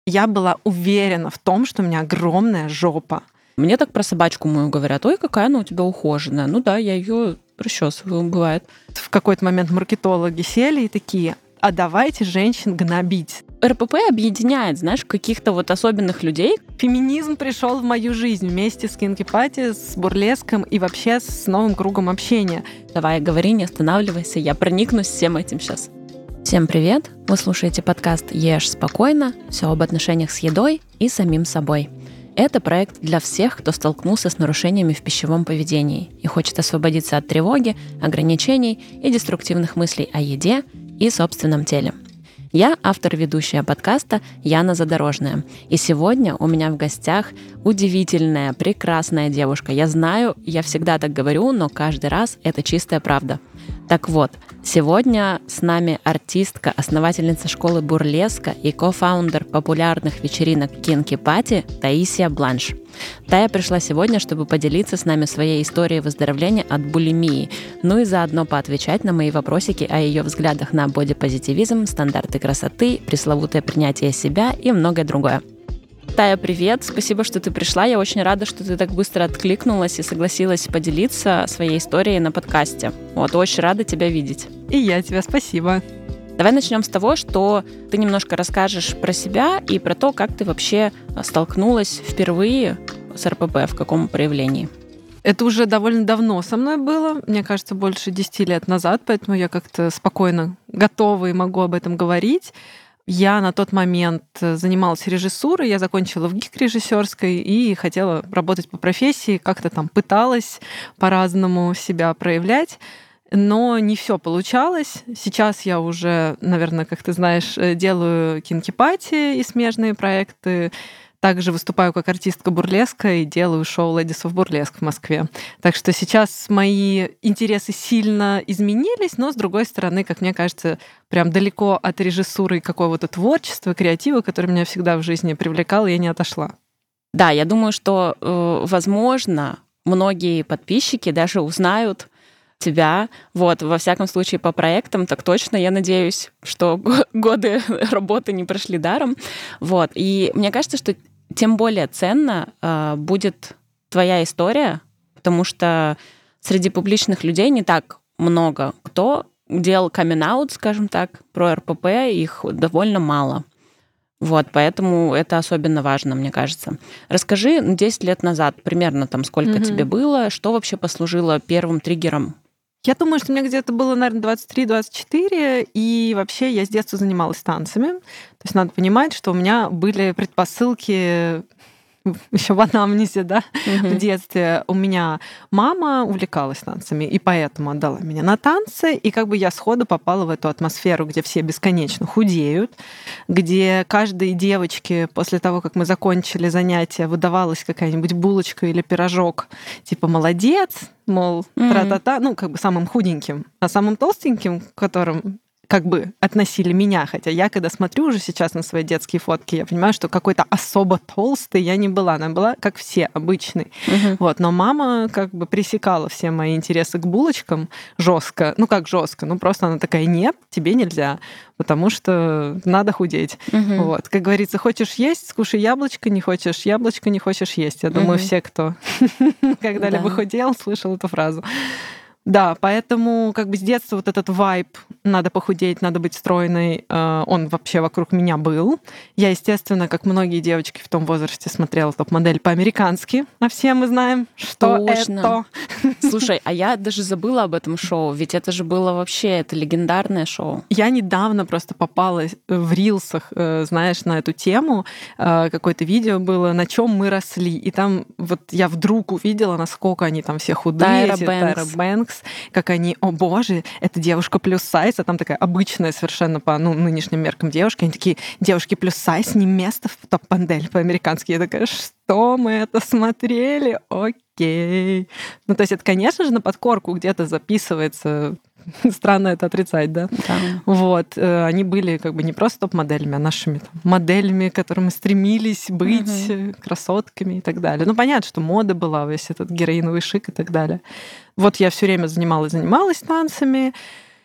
Я была уверена в том, что у меня огромная жопа. Мне так про собачку мою говорят: ой, какая она у тебя ухоженная. Ну да, я ее расчесываю, бывает. В какой-то момент маркетологи сели и такие: а давайте женщин гнобить. РПП объединяет, знаешь, каких-то вот особенных людей. Феминизм пришел в мою жизнь вместе с Кинки Пати, с бурлеском и вообще с новым кругом общения. Давай, говори, не останавливайся, я проникнусь всем этим сейчас. Всем привет! Вы слушаете подкаст «Ешь спокойно», все об отношениях с едой и самим собой. Это проект для всех, кто столкнулся с нарушениями в пищевом поведении и хочет освободиться от тревоги, ограничений и деструктивных мыслей о еде и собственном теле. Я автор-ведущая подкаста Яна Задорожная. И сегодня у меня в гостях удивительная, прекрасная девушка. Я знаю, я всегда так говорю, но каждый раз это чистая правда. Так вот, сегодня с нами артистка, основательница школы бурлеска и кофаундер популярных вечеринок Кинки Пати Таисия Бланш. Тая пришла сегодня, чтобы поделиться с нами своей историей выздоровления от булимии, ну и заодно поотвечать на мои вопросики о ее взглядах на бодипозитивизм, стандарты красоты, пресловутое принятие себя и многое другое. Тая, привет! Спасибо, что ты пришла. Я очень рада, что ты так быстро откликнулась и согласилась поделиться своей историей на подкасте. Вот, очень рада тебя видеть. И я тебе спасибо. Давай начнем с того, что ты немножко расскажешь про себя и про то, как ты вообще столкнулась впервые с РПП, в каком проявлении. Это уже довольно давно со мной было, мне кажется, больше 10 лет назад, поэтому я как-то спокойно готова и могу об этом говорить. Я на тот момент занималась режиссурой, я закончила в ГИК режиссерской и хотела работать по профессии, как-то там пыталась по-разному себя проявлять, но не все получалось. Сейчас я уже, наверное, как ты знаешь, делаю Кинки Пати и смежные проекты. Также выступаю как артистка бурлеска и делаю шоу Ladies of Burlesque в Москве. Так что сейчас мои интересы сильно изменились, но, с другой стороны, как мне кажется, прям далеко от режиссуры и какого-то творчества, креатива, который меня всегда в жизни привлекал, я не отошла. Да, я думаю, что, возможно, многие подписчики даже узнают тебя. Вот, во всяком случае, по проектам, так точно, я надеюсь, что годы работы не прошли даром. Вот. И мне кажется, что тем более ценна будет твоя история, потому что среди публичных людей не так много кто делал камин-аут, скажем так, про РПП, их довольно мало. Вот, поэтому это особенно важно, мне кажется. Расскажи, 10 лет назад примерно там сколько тебе было, что вообще послужило первым триггером? Я думаю, что мне где-то было, наверное, 23-24, и вообще я с детства занималась танцами. То есть надо понимать, что у меня были предпосылки еще в анамнезе, да, в детстве. У меня мама увлекалась танцами, и поэтому отдала меня на танцы, и как бы я сходу попала в эту атмосферу, где все бесконечно худеют, где каждой девочке после того, как мы закончили занятия, выдавалась какая-нибудь булочка или пирожок, типа «молодец», мол, тра-та-та, ну, как бы самым худеньким, а самым толстеньким, которым как бы относили меня, хотя я, когда смотрю уже сейчас на свои детские фотки, я понимаю, что какой-то особо толстой я не была, она была как все, обычной. Вот, но мама как бы пресекала все мои интересы к булочкам жестко, ну как жестко, ну просто она такая: нет, тебе нельзя, потому что надо худеть. Вот, как говорится, хочешь есть, скушай яблочко, не хочешь есть. Я думаю, все, кто когда-либо худел, слышал эту фразу. Да, поэтому как бы с детства вот этот вайб «надо похудеть, надо быть стройной», он вообще вокруг меня был. Я, естественно, как многие девочки в том возрасте, смотрела топ-модель по-американски, а все мы знаем, что Точно. это. Слушай, а я даже забыла об этом шоу, ведь это же было вообще, это легендарное шоу. Я недавно просто попала в рилсах, знаешь, на эту тему. Какое-то видео было, на чем мы росли. И там вот я вдруг увидела, насколько они там все худые. Тайра Бэнкс, как они, о боже, это девушка плюс сайз, а там такая обычная совершенно по нынешним меркам девушка. Они такие: девушки плюс сайз, не место в топ-модель по-американски. Я такая: что мы это смотрели? Окей. Ну, то есть это, конечно же, на подкорку где-то записывается. Странно это отрицать, да? Да. Вот. Они были как бы не просто топ-моделями, а нашими там моделями, которыми стремились быть, красотками и так далее. Ну, понятно, что мода была, весь этот героиновый шик и так далее. Вот я все время занималась танцами.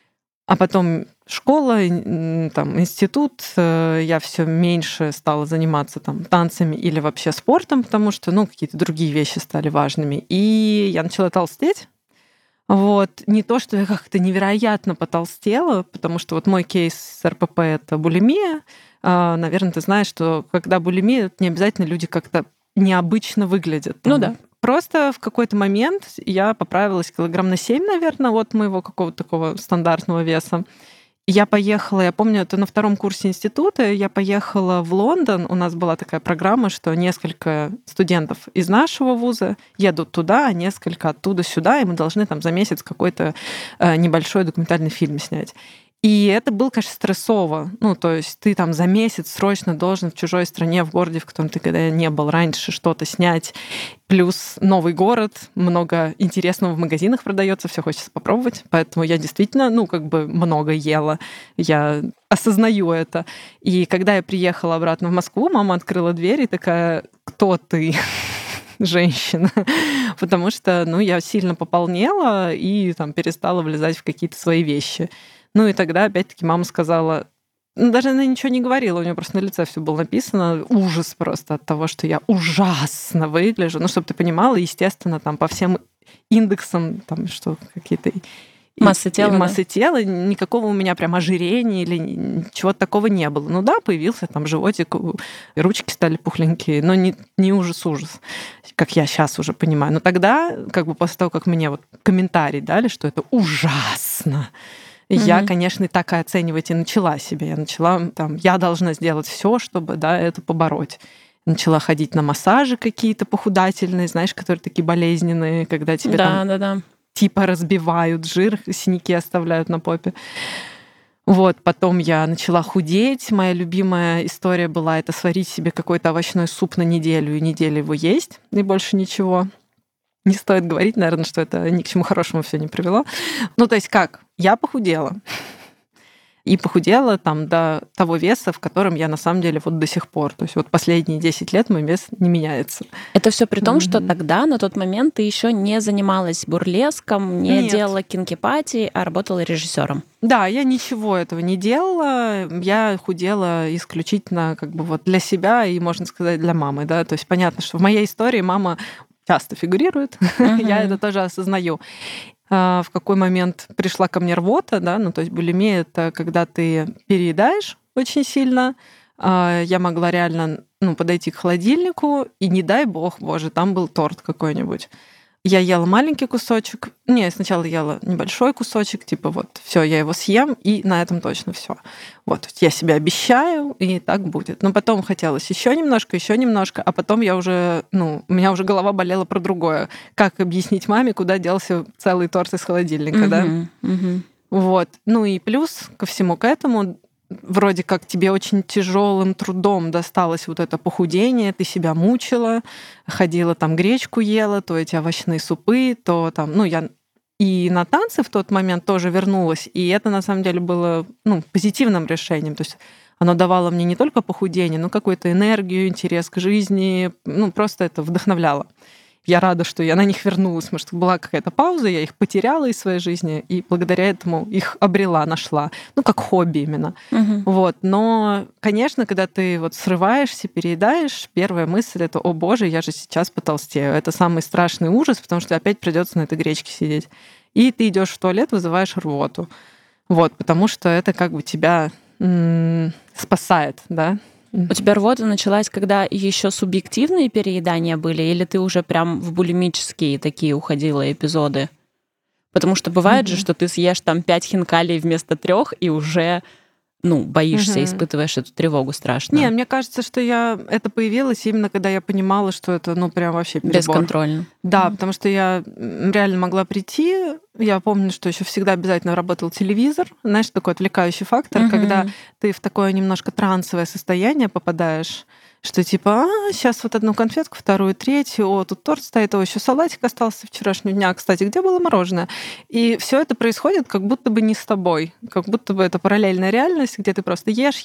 А потом школа, там, институт, я все меньше стала заниматься там танцами или вообще спортом, потому что, какие-то другие вещи стали важными. И я начала толстеть. Вот. Не то, что я как-то невероятно потолстела, потому что вот мой кейс с РПП — это булимия. Наверное, ты знаешь, что когда булимия, это не обязательно люди как-то необычно выглядят. Ну да. Просто в какой-то момент я поправилась килограмм на 7, наверное, от моего какого-то такого стандартного веса. Я поехала, я помню, это на 2 курсе института, я поехала в Лондон. У нас была такая программа, что несколько студентов из нашего вуза едут туда, а несколько оттуда сюда, и мы должны там за месяц какой-то небольшой документальный фильм снять. И это было, конечно, стрессово. То есть ты там за месяц срочно должен в чужой стране, в городе, в котором ты когда не был раньше, что-то снять. Плюс новый город, много интересного в магазинах продается, все хочется попробовать. Поэтому я действительно, много ела. Я осознаю это. И когда я приехала обратно в Москву, мама открыла дверь и такая: «Кто ты?» женщина, потому что, я сильно пополнела и там перестала влезать в какие-то свои вещи. И тогда, опять-таки, мама сказала, даже она ничего не говорила, у нее просто на лице все было написано, ужас просто от того, что я ужасно выгляжу. Чтобы ты понимала, естественно, там по всем индексам, там что какие-то массы тела, никакого у меня прям ожирения или чего-то такого не было. Появился там животик, ручки стали пухленькие, но не ужас-ужас, как я сейчас уже понимаю. Но тогда, после того, как мне вот комментарий дали, что это ужасно, я, конечно, и так и оценивать и начала себя. Я начала, я должна сделать все, чтобы, это побороть. Начала ходить на массажи какие-то похудательные, знаешь, которые такие болезненные, когда тебе типа разбивают жир, синяки оставляют на попе. Вот, потом я начала худеть. Моя любимая история была — это сварить себе какой-то овощной суп на неделю и неделю его есть, и больше ничего. Не стоит говорить, наверное, что это ни к чему хорошему все не привело. То есть как? Я похудела. И похудела до того веса, в котором я на самом деле вот до сих пор. То есть вот последние 10 лет мой вес не меняется. Это все при том, что тогда, на тот момент, ты еще не занималась бурлеском, не делала кинки-пати, а работала режиссером. Да, я ничего этого не делала. Я худела исключительно для себя и, можно сказать, для мамы. Да? То есть понятно, что в моей истории мама часто фигурирует. Я это тоже осознаю. В какой момент пришла ко мне рвота, то есть булимия — это когда ты переедаешь очень сильно. Я могла реально подойти к холодильнику, и не дай боже, там был торт какой-нибудь. Я ела маленький кусочек. Не, сначала ела небольшой кусочек, все, я его съем, и на этом точно все. Вот, я себе обещаю, и так будет. Но потом хотелось еще немножко, а потом я уже, у меня уже голова болела про другое. Как объяснить маме, куда делся целый торт из холодильника, да? Вот. И плюс ко всему к этому, вроде как тебе очень тяжелым трудом досталось вот это похудение, ты себя мучила, ходила гречку ела, то эти овощные супы, то я и на танцы в тот момент тоже вернулась, и это на самом деле было позитивным решением, то есть оно давало мне не только похудение, но какую-то энергию, интерес к жизни, просто это вдохновляло. Я рада, что я на них вернулась, потому что была какая-то пауза, я их потеряла из своей жизни, и благодаря этому их обрела, нашла. Как хобби именно. Вот. Но, конечно, когда ты срываешься, переедаешь, первая мысль — это: «О боже, я же сейчас потолстею». Это самый страшный ужас, потому что опять придется на этой гречке сидеть. И ты идешь в туалет, вызываешь рвоту. Вот, потому что это тебя спасает, да. У тебя рвота началась, когда еще субъективные переедания были, или ты уже прям в булимические такие уходила эпизоды? Потому что бывает же, что ты съешь 5 хинкалей вместо 3 и уже боишься, испытываешь эту тревогу страшную. Не, мне кажется, что это появилось именно когда я понимала, что это прям вообще перебор. Бесконтрольно. Да, потому что я реально могла прийти. Я помню, что еще всегда обязательно работал телевизор. Знаешь, такой отвлекающий фактор, когда ты в такое немножко трансовое состояние попадаешь, что сейчас вот одну конфетку, вторую, третью, тут торт стоит, еще салатик остался со вчерашнего дня. Кстати, где было мороженое? И все это происходит как будто бы не с тобой, как будто бы это параллельная реальность, где ты просто ешь,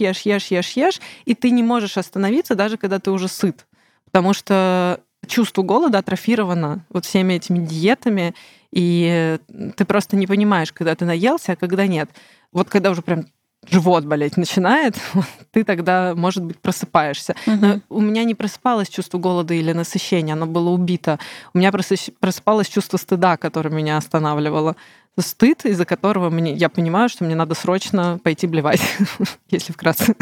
и ты не можешь остановиться, даже когда ты уже сыт. Потому что чувство голода атрофировано всеми этими диетами, и ты просто не понимаешь, когда ты наелся, а когда нет. вот когда уже прям живот болеть начинает, ты тогда, может быть, просыпаешься. Но у меня не просыпалось чувство голода или насыщения, оно было убито. У меня просыпалось чувство стыда, которое меня останавливало. Стыд, из-за которого я понимаю, что мне надо срочно пойти блевать, если вкратце.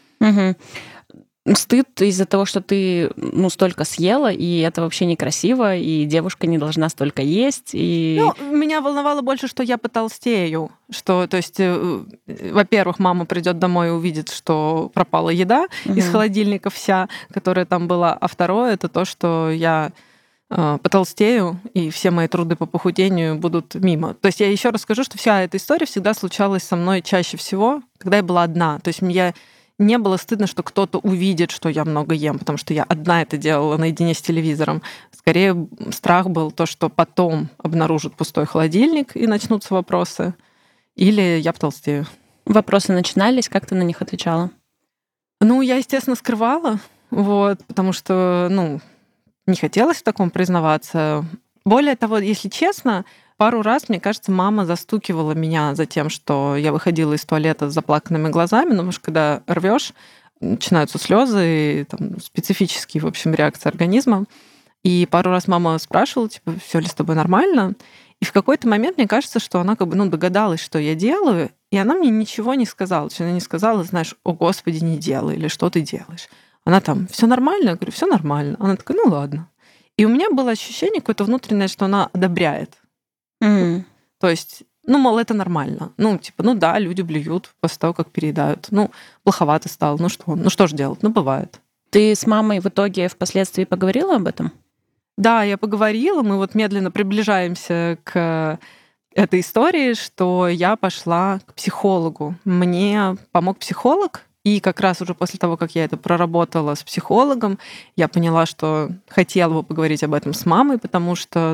Стыд из-за того, что ты столько съела, и это вообще некрасиво, и девушка не должна столько есть. Меня волновало больше, что я потолстею. То есть, во-первых, мама придет домой и увидит, что пропала еда из холодильника вся, которая там была. А второе — это то, что я потолстею, и все мои труды по похудению будут мимо. То есть я еще раз скажу, что вся эта история всегда случалась со мной чаще всего, когда я была одна. То есть мне не было стыдно, что кто-то увидит, что я много ем, потому что я одна это делала наедине с телевизором. Скорее, страх был то, что потом обнаружат пустой холодильник и начнутся вопросы, или я потолстею. Вопросы начинались, как ты на них отвечала? Я, естественно, скрывала, потому что, не хотелось в таком признаваться. Более того, если честно, пару раз, мне кажется, мама застукивала меня за тем, что я выходила из туалета с заплаканными глазами, потому что когда рвешь, начинаются слезы, и там специфические, в общем, реакции организма. И пару раз мама спрашивала, все ли с тобой нормально? И в какой-то момент мне кажется, что она догадалась, что я делаю, и она мне ничего не сказала. То есть она не сказала, знаешь, о, Господи, не делай, или что ты делаешь. Она там, все нормально? Я говорю, все нормально. Она такая, ладно. И у меня было ощущение какое-то внутреннее, что она одобряет. То есть, мол, это нормально. Да, люди блюют после того, как переедают. Плоховато стало. Что ж делать? Бывает. Ты с мамой в итоге впоследствии поговорила об этом? Да, я поговорила. Мы медленно приближаемся к этой истории, что я пошла к психологу. Мне помог психолог. И как раз уже после того, как я это проработала с психологом, я поняла, что хотела бы поговорить об этом с мамой, потому что,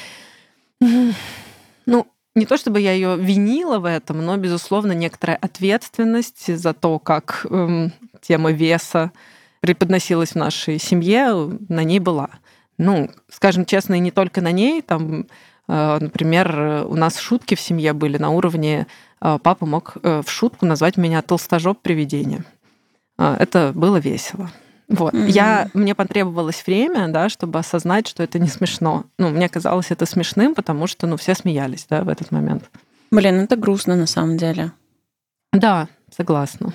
не то чтобы я ее винила в этом, но, безусловно, некоторая ответственность за то, как тема веса преподносилась в нашей семье, на ней была. Скажем честно, и не только на ней. Там, например, у нас шутки в семье были на уровне папа мог в шутку назвать меня толстожоп-привидение. Это было весело. Мне потребовалось время, да, чтобы осознать, что это не смешно. Мне казалось это смешным, потому что все смеялись, да, в этот момент. Блин, это грустно на самом деле. Да, согласна.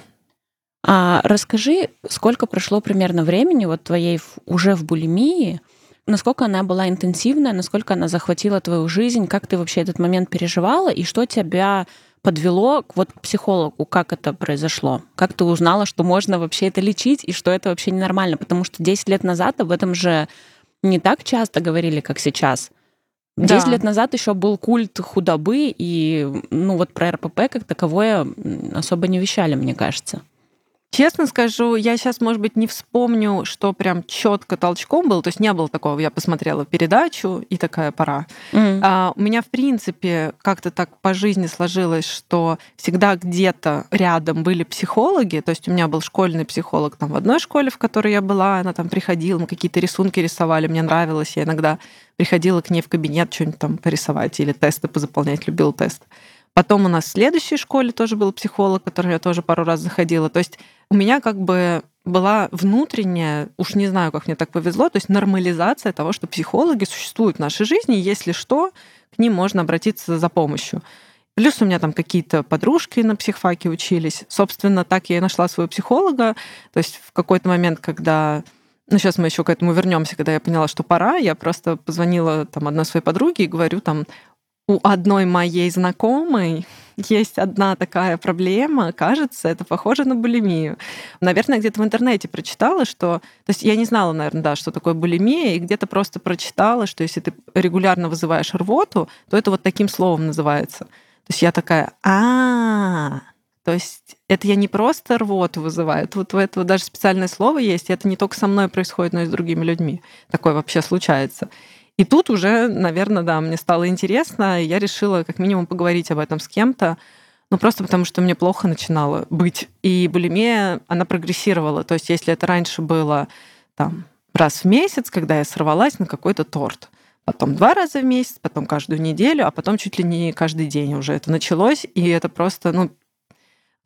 А расскажи, сколько прошло примерно времени твоей уже в булимии, насколько она была интенсивная, насколько она захватила твою жизнь, как ты вообще этот момент переживала, и что тебя подвело к психологу, как это произошло? Как ты узнала, что можно вообще это лечить, и что это вообще ненормально? Потому что 10 лет назад об этом же не так часто говорили, как сейчас. 10 лет назад еще был культ худобы, и про РПП как таковое особо не вещали, мне кажется. Честно скажу, я сейчас, может быть, не вспомню, что прям четко толчком было. То есть не было такого, я посмотрела передачу, и такая пора. У меня, в принципе, как-то так по жизни сложилось, что всегда где-то рядом были психологи. То есть у меня был школьный психолог там в одной школе, в которой я была, она там приходила, мы какие-то рисунки рисовали, мне нравилось. Я иногда приходила к ней в кабинет что-нибудь там порисовать или тесты позаполнять, любила тест. Потом у нас в следующей школе тоже был психолог, к которому я тоже пару раз заходила. То есть у меня как бы была внутренняя, уж не знаю, как мне так повезло, то есть нормализация того, что психологи существуют в нашей жизни, и если что, к ним можно обратиться за помощью. Плюс у меня там какие-то подружки на психфаке учились. Собственно, так я и нашла своего психолога. То есть в какой-то момент, когда... сейчас мы еще к этому вернемся, когда я поняла, что пора, я просто позвонила там одной своей подруге и говорю там, у одной моей знакомой есть одна такая проблема, кажется, это похоже на булимию. Наверное, где-то в интернете прочитала, что... То есть я не знала, наверное, да, что такое булимия, и где-то просто прочитала, что если ты регулярно вызываешь рвоту, то это таким словом называется. То есть я такая, то есть это я не просто рвоту вызываю, у этого даже специальное слово есть, и это не только со мной происходит, но и с другими людьми. Такое вообще случается. И тут уже, наверное, да, мне стало интересно, и я решила как минимум поговорить об этом с кем-то, просто потому что мне плохо начинало быть. И булимия, она прогрессировала. То есть если это раньше было там раз в месяц, когда я сорвалась на какой-то торт, потом 2 раза в месяц, потом каждую неделю, а потом чуть ли не каждый день уже это началось, и это просто,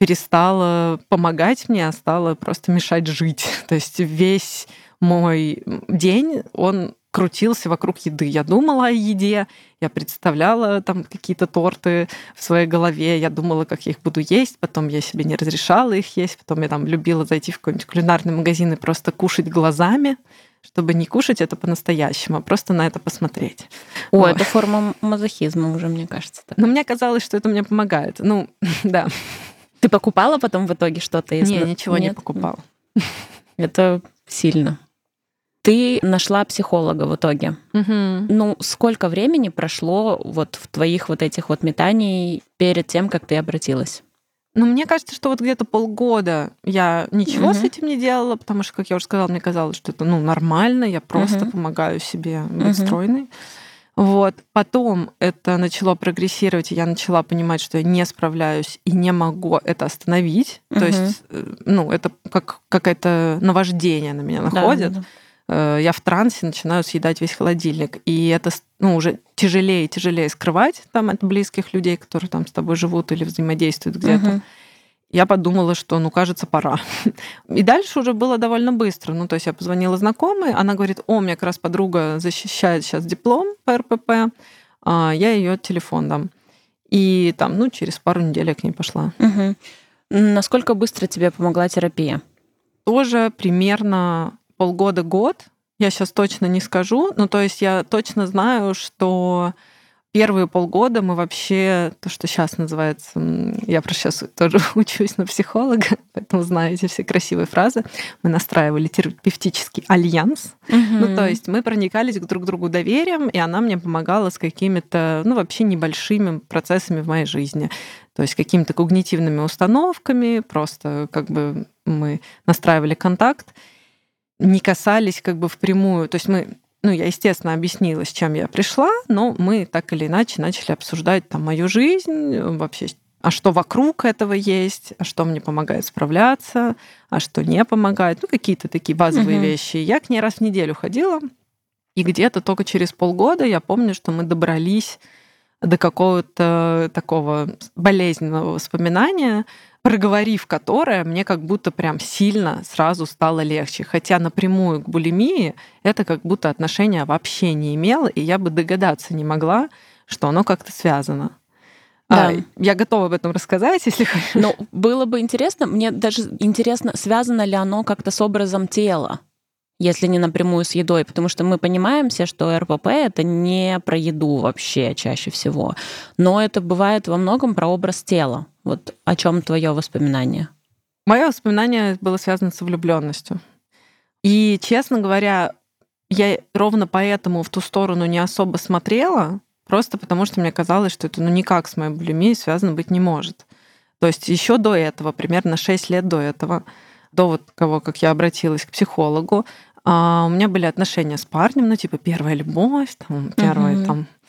перестала помогать мне, а стала просто мешать жить. То есть весь мой день, он крутился вокруг еды. Я думала о еде, я представляла там какие-то торты в своей голове, я думала, как я их буду есть, потом я себе не разрешала их есть, потом я там любила зайти в какой-нибудь кулинарный магазин и просто кушать глазами, чтобы не кушать это по-настоящему, а просто на это посмотреть. О, это форма мазохизма уже, мне кажется. Но мне казалось, что это мне помогает. Ну, да. Ты покупала потом в итоге что-то? Не, ничего не покупала. Это сильно. Ты нашла психолога в итоге. Ну, сколько времени прошло вот в твоих вот этих вот метаний перед тем, как ты обратилась? Ну, мне кажется, что вот где-то полгода я ничего с этим не делала, потому что, как я уже сказала, мне казалось, что это нормально, я просто помогаю себе быть стройной. Вот. Потом это начало прогрессировать, и я начала понимать, что я не справляюсь и не могу это остановить. То есть, это как какое-то наваждение на меня находит. Да. Я в трансе начинаю съедать весь холодильник. И это уже тяжелее и тяжелее скрывать там от близких людей, которые там с тобой живут или взаимодействуют где-то. Я подумала, что, кажется, пора. И дальше уже было довольно быстро. То есть я позвонила знакомой, она говорит: у меня как раз подруга защищает сейчас диплом по РПП, я ее телефон дам. И там, через пару недель я к ней пошла. Насколько быстро тебе помогла терапия? Тоже примерно полгода-год. Я сейчас точно не скажу, то есть я точно знаю, что первые полгода мы вообще, то, что сейчас называется, я просто сейчас тоже учусь на психолога, поэтому знаю эти все красивые фразы, мы настраивали терапевтический альянс. То есть мы проникались друг к другу доверием, и она мне помогала с какими-то, вообще небольшими процессами в моей жизни. То есть какими-то когнитивными установками, просто мы настраивали контакт, не касались впрямую. То есть я, естественно, объяснила, с чем я пришла, но мы так или иначе начали обсуждать там мою жизнь, вообще, а что вокруг этого есть, а что мне помогает справляться, а что не помогает. Какие-то такие базовые вещи. Я к ней раз в неделю ходила, и где-то только через полгода я помню, что мы добрались до какого-то такого болезненного воспоминания, проговорив которое, мне как будто прям сильно сразу стало легче. Хотя напрямую к булимии это как будто отношения вообще не имело, и я бы догадаться не могла, что оно как-то связано. Да. Я готова об этом рассказать, если хочешь. Но было бы интересно, мне даже интересно, связано ли оно как-то с образом тела, если не напрямую с едой, потому что мы понимаем все, что РПП — это не про еду вообще чаще всего, но это бывает во многом про образ тела. Вот о чем твое воспоминание? Мое воспоминание было связано с влюбленностью. И, честно говоря, я ровно поэтому в ту сторону не особо смотрела, просто потому что мне казалось, что это никак с моей булимией связано быть не может. То есть еще до этого, примерно 6 лет до этого, до того, как я обратилась к психологу, у меня были отношения с парнем, первая любовь, первый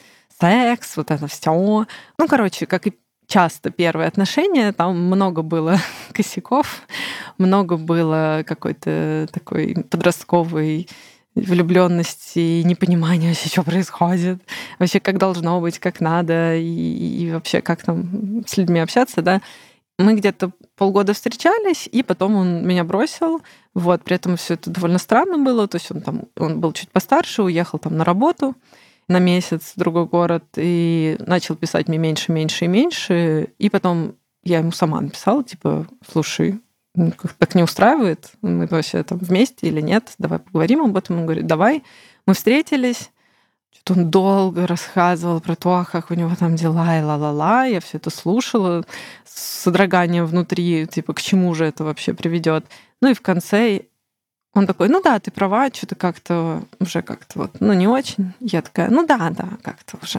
секс, вот это все. Как и часто первые отношения, там много было косяков, много было какой-то такой подростковой влюбленности, непонимания вообще, что происходит, вообще как должно быть, как надо, и вообще как там с людьми общаться, да. Мы где-то полгода встречались, и потом он меня бросил. Вот, при этом все это довольно странно было. То есть он был чуть постарше, уехал там на работу на месяц в другой город и начал писать мне меньше, меньше и меньше. И потом я ему сама написала, слушай, так не устраивает, мы вообще там вместе или нет, давай поговорим об этом. Он говорит: давай. Мы встретились. Что-то он долго рассказывал про то, как у него там дела и ла-ла-ла. Я все это слушала с содроганием внутри, к чему же это вообще приведет. И в конце он такой: да, ты права, что-то как-то уже не очень. Я такая: да, как-то уже.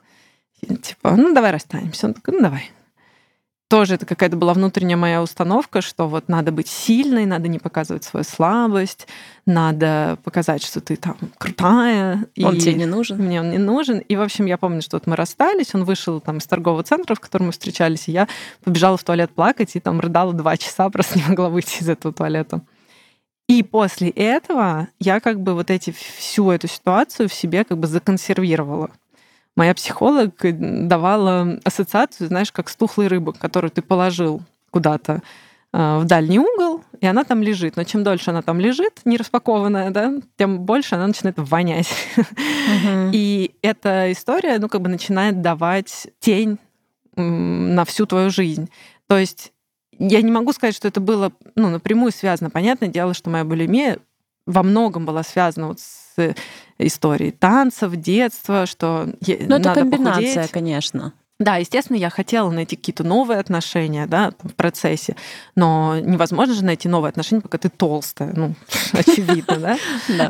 Давай расстанемся. Он такой: давай. Тоже это какая-то была внутренняя моя установка, что надо быть сильной, надо не показывать свою слабость, надо показать, что ты там крутая. Он тебе не нужен. Мне он не нужен. И, в общем, я помню, что мы расстались, он вышел там из торгового центра, в котором мы встречались, и я побежала в туалет плакать, и там рыдала 2 часа, просто не могла выйти из этого туалета. И после этого я всю эту ситуацию в себе законсервировала. Моя психолог давала ассоциацию, знаешь, как с тухлой рыбы, которую ты положил куда-то в дальний угол, и она там лежит. Но чем дольше она там лежит, не распакованная, да, тем больше она начинает вонять. И эта история, начинает давать тень на всю твою жизнь. То есть я не могу сказать, что это было напрямую связано. Понятное дело, что моя булимия во многом была связана с историей танцев, детства, что надо это комбинация, похудеть. конечно. Да, естественно, я хотела найти какие-то новые отношения, да, в процессе, но невозможно же найти новые отношения, пока ты толстая, очевидно, да? Да.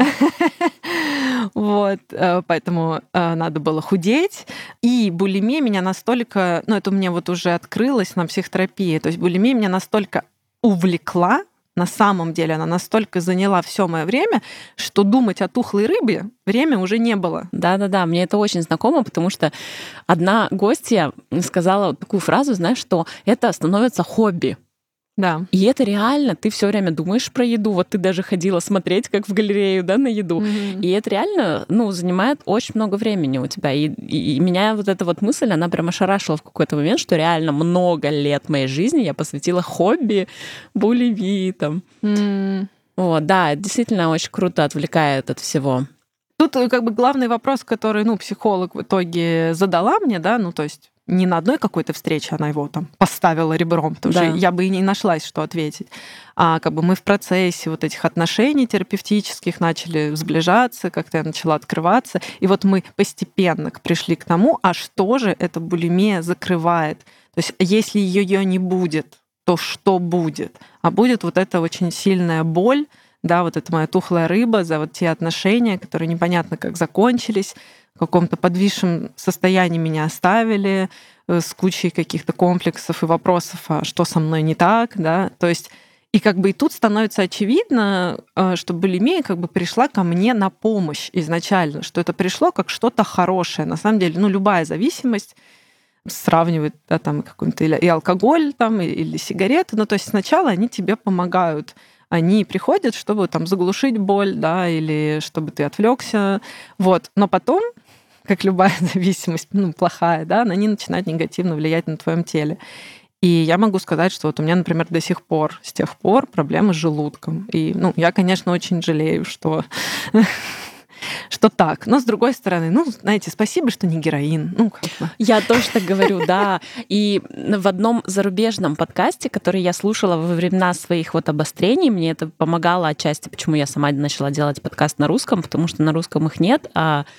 Вот, поэтому надо было худеть. И булимия меня настолько, это у меня вот уже открылось на психотерапии, то есть булимия меня настолько увлекла, на самом деле она настолько заняла все мое время, что думать о тухлой рыбе время уже не было. Да, мне это очень знакомо, потому что одна гостья сказала такую фразу, знаешь, что это становится хобби. Да. И это реально, ты все время думаешь про еду. Вот ты даже ходила смотреть, как в галерею, да, на еду. И это реально, занимает очень много времени у тебя. И меня вот эта вот мысль, она прям ошарашила в какой-то момент, что реально много лет моей жизни я посвятила хобби, булимии там. Вот, да, действительно очень круто отвлекает от всего. Тут главный вопрос, который, психолог в итоге задала мне, да, то есть не на одной какой-то встрече она его там поставила ребром, потому что я бы и не нашлась, что ответить. А мы в процессе вот этих отношений терапевтических начали сближаться, как-то я начала открываться. И вот мы постепенно пришли к тому, а что же эта булимия закрывает? То есть если ее не будет, то что будет? А будет вот эта очень сильная боль, да, вот эта моя тухлая рыба за вот те отношения, которые непонятно как закончились, в каком-то подвисшем состоянии меня оставили, с кучей каких-то комплексов и вопросов, а что со мной не так, да, то есть и и тут становится очевидно, что булимия пришла ко мне на помощь изначально, что это пришло как что-то хорошее. На самом деле, любая зависимость сравнивает, да, там какой-то и алкоголь, там, или сигареты, то есть сначала они тебе помогают, они приходят, чтобы там заглушить боль, да, или чтобы ты отвлекся, вот. Но потом, как любая зависимость, плохая, да, она не начинает негативно влиять на твоем теле. И я могу сказать, что вот у меня, например, с тех пор проблемы с желудком. И, я, конечно, очень жалею, что так. Но, с другой стороны, знаете, спасибо, что не героин. Я тоже так говорю, да. И в одном зарубежном подкасте, который я слушала во времена своих вот обострений, мне это помогало отчасти, почему я сама начала делать подкаст на русском, потому что на русском их нет,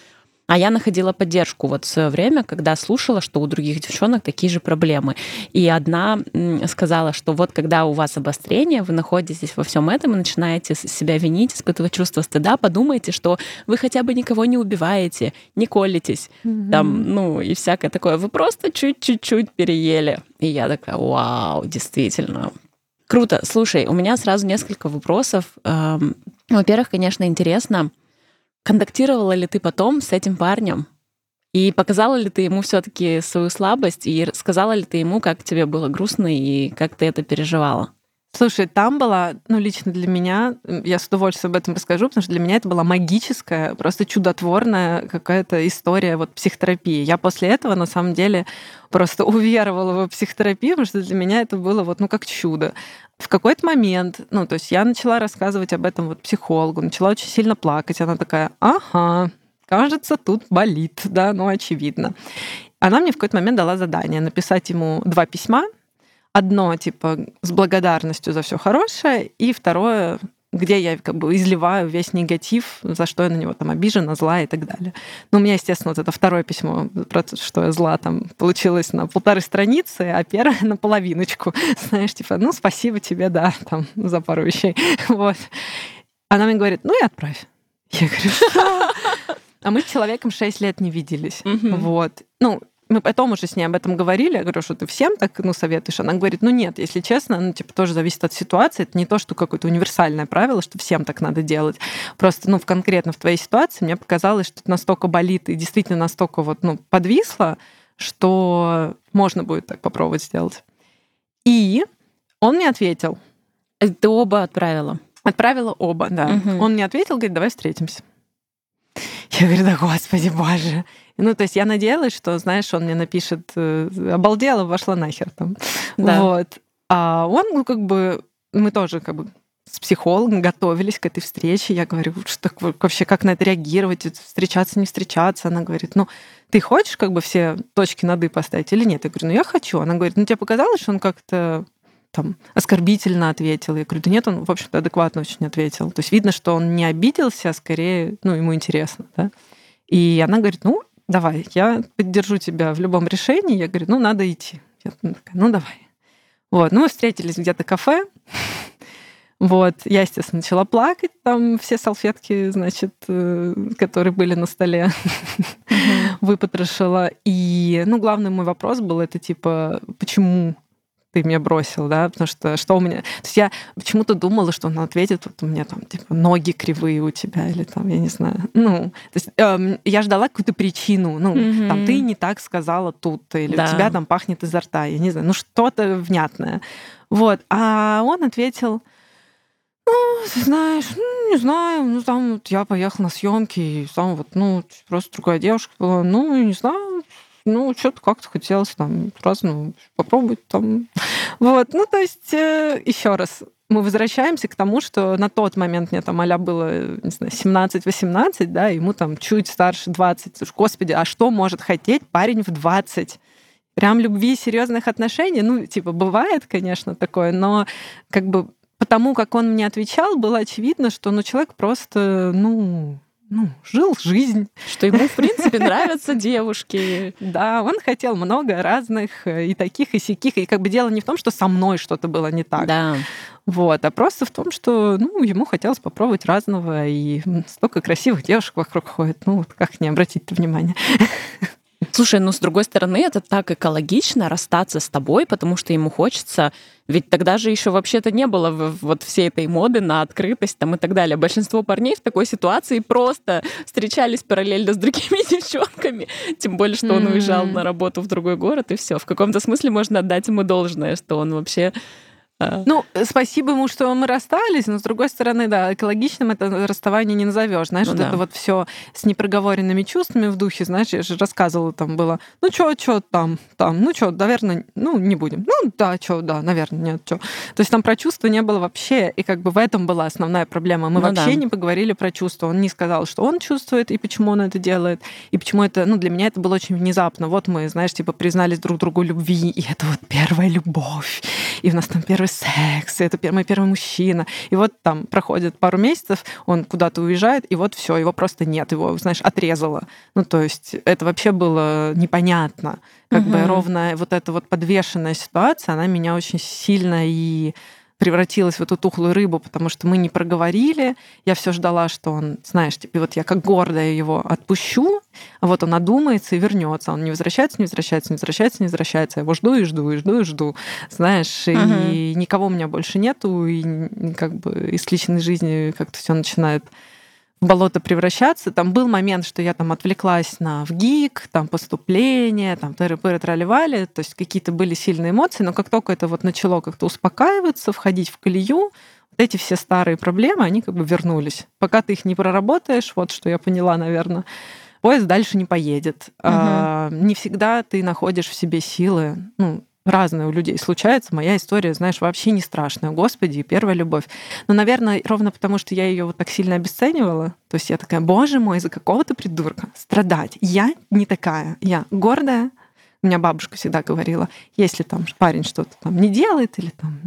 а я находила поддержку вот в свое время, когда слушала, что у других девчонок такие же проблемы. И одна сказала, что вот когда у вас обострение, вы находитесь во всем этом и начинаете себя винить, испытывать чувство стыда, подумайте, что вы хотя бы никого не убиваете, не колитесь, там, и всякое такое. Вы просто чуть-чуть переели. И я такая, вау, действительно. Круто. Слушай, у меня сразу несколько вопросов. Во-первых, конечно, интересно, контактировала ли ты потом с этим парнем? И показала ли ты ему все-таки свою слабость? И сказала ли ты ему, как тебе было грустно и как ты это переживала? Слушай, там была, лично для меня, я с удовольствием об этом расскажу, потому что для меня это была магическая, просто чудотворная какая-то история психотерапии. Я после этого, на самом деле, просто уверовала в психотерапию, потому что для меня это было как чудо. В какой-то момент, то есть я начала рассказывать об этом психологу, начала очень сильно плакать. Она такая, ага, кажется, тут болит, да, очевидно. Она мне в какой-то момент дала задание написать ему 2 письма. Одно, с благодарностью за все хорошее, и второе, где я изливаю весь негатив, за что я на него там обижена, зла и так далее. У меня, естественно, вот это второе письмо, про то, что я зла, там получилось на 1,5 страницы, а первое на половиночку. Знаешь, спасибо тебе, да, там, за пару вещей. Вот. Она мне говорит, и отправь. Я говорю, что? А мы с человеком 6 лет не виделись. Вот. Мы потом уже с ней об этом говорили. Я говорю, что ты всем так советуешь? Она говорит, нет, если честно, тоже зависит от ситуации. Это не то, что какое-то универсальное правило, что всем так надо делать. Просто, конкретно в твоей ситуации мне показалось, что это настолько болит и действительно настолько подвисло, что можно будет так попробовать сделать. И он мне ответил. Ты оба отправила? Отправила оба, да. Он мне ответил, говорит, давай встретимся. Я говорю, да господи, боже. То есть я надеялась, что, знаешь, он мне напишет, обалдела, пошла нахер там. Да. Вот. А он, ну, как бы, мы тоже как бы с психологом готовились к этой встрече. Я говорю, что вообще, как на это реагировать, встречаться, не встречаться. Она говорит, ну, ты хочешь как бы все точки над «и» поставить или нет? Я говорю, ну, я хочу. Она говорит, ну, тебе показалось, что он как-то там оскорбительно ответил? Я говорю, да нет, он, в общем-то, адекватно очень ответил. То есть видно, что он не обиделся, а скорее, ну, ему интересно, да. И она говорит, ну, давай, я поддержу тебя в любом решении. Я говорю, ну, надо идти. Я такая, ну, давай. Вот, ну, мы встретились где-то в кафе. Вот, я, естественно, начала плакать, там все салфетки, значит, которые были на столе, выпотрошила. И, ну, главный мой вопрос был, это типа, почему ты меня бросил, да, потому что у меня... То есть я почему-то думала, что он ответит, вот у меня там, типа, ноги кривые у тебя, или там, я не знаю. Ну, то есть я ждала какую-то причину, ну, там, ты не так сказала тут, или у тебя там пахнет изо рта, я не знаю, ну, что-то внятное. Вот, а он ответил, ну, ты знаешь, ну, не знаю, ну, там вот я поехала на съемки, и там вот, ну, просто другая девушка была, ну, не знаю, ну, что-то как-то хотелось там по-разному попробовать там. Вот, ну, то есть, еще раз, мы возвращаемся к тому, что на тот момент мне там а-ля было, не знаю, 17-18, да, ему там чуть старше 20. Господи, а что может хотеть парень в 20? Прям любви, серьезных отношений? Ну, типа, бывает, конечно, такое, но как бы потому как он мне отвечал, было очевидно, что ну, человек просто, ну, жил жизнь. Что ему, в принципе, нравятся девушки. Да, он хотел много разных, и таких, и сяких. И как бы дело не в том, что со мной что-то было не так. Да. Вот, а просто в том, что ну, ему хотелось попробовать разного, и столько красивых девушек вокруг ходит. Ну, вот как не обратить внимание? Слушай, ну, с другой стороны, это так экологично расстаться с тобой, потому что ему хочется. Ведь тогда же еще вообще-то не было вот всей этой моды на открытость там и так далее. Большинство парней в такой ситуации просто встречались параллельно с другими девчонками. Тем более, что он уезжал на работу в другой город, и все. В каком-то смысле можно отдать ему должное, что он вообще... Ну, спасибо ему, что мы расстались, но с другой стороны, да, экологичным это расставание не назовешь. Знаешь, Ну вот да. это вот все с непроговоренными чувствами в духе, знаешь, я же рассказывала, там было, ну чё там, ну чё, наверное, ну не будем. Ну да, чё, да, наверное, нет, чё. То есть там про чувства не было вообще, и как бы в этом была основная проблема. Мы вообще не поговорили про чувства. Он не сказал, что он чувствует, и почему он это делает, и почему это, ну для меня это было очень внезапно. Вот мы, знаешь, типа признались друг другу любви, и это вот первая любовь, и у нас там первый секс, это мой первый мужчина. И вот там проходит пару месяцев, он куда-то уезжает, и вот все, его просто нет, его, знаешь, отрезало. Ну, то есть это вообще было непонятно. Как бы ровно вот эта вот подвешенная ситуация, она меня очень сильно и превратилась в эту тухлую рыбу, потому что мы не проговорили. Я все ждала, что он, знаешь, типа, вот я как гордая его отпущу, а вот он одумается и вернется. Он не возвращается, не возвращается, не возвращается, не возвращается. Я его жду и жду, и жду, и жду. Знаешь, и никого у меня больше нету, и как бы из личной жизни как-то все начинает в болото превращаться. Там был момент, что я там отвлеклась на ВГИК, там поступление, там тыры-пыры трали-вали, то есть какие-то были сильные эмоции, но как только это вот начало как-то успокаиваться, входить в колею, вот эти все старые проблемы, они как бы вернулись. Пока ты их не проработаешь, вот что я поняла, наверное, поезд дальше не поедет. Не всегда ты находишь в себе силы, ну, разное у людей случается. Моя история, знаешь, вообще не страшная. Господи, первая любовь. Но, наверное, ровно потому, что я ее вот так сильно обесценивала. То есть я такая, боже мой, из-за какого-то придурка страдать. Я не такая. Я гордая. У меня бабушка всегда говорила, если там парень что-то там не делает или там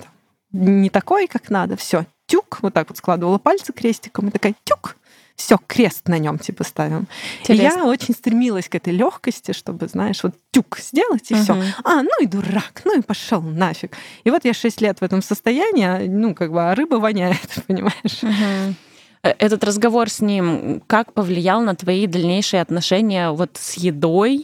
не такой, как надо, все, тюк, вот так вот складывала пальцы крестиком и такая, тюк, все, крест на нем типа ставим. Интересно. И я очень стремилась к этой легкости, чтобы, знаешь, вот тюк сделать и все. Ну и дурак, ну и пошел нафиг. И вот я 6 лет в этом состоянии, ну как бы, а рыба воняет, понимаешь? Этот разговор с ним как повлиял на твои дальнейшие отношения вот с едой,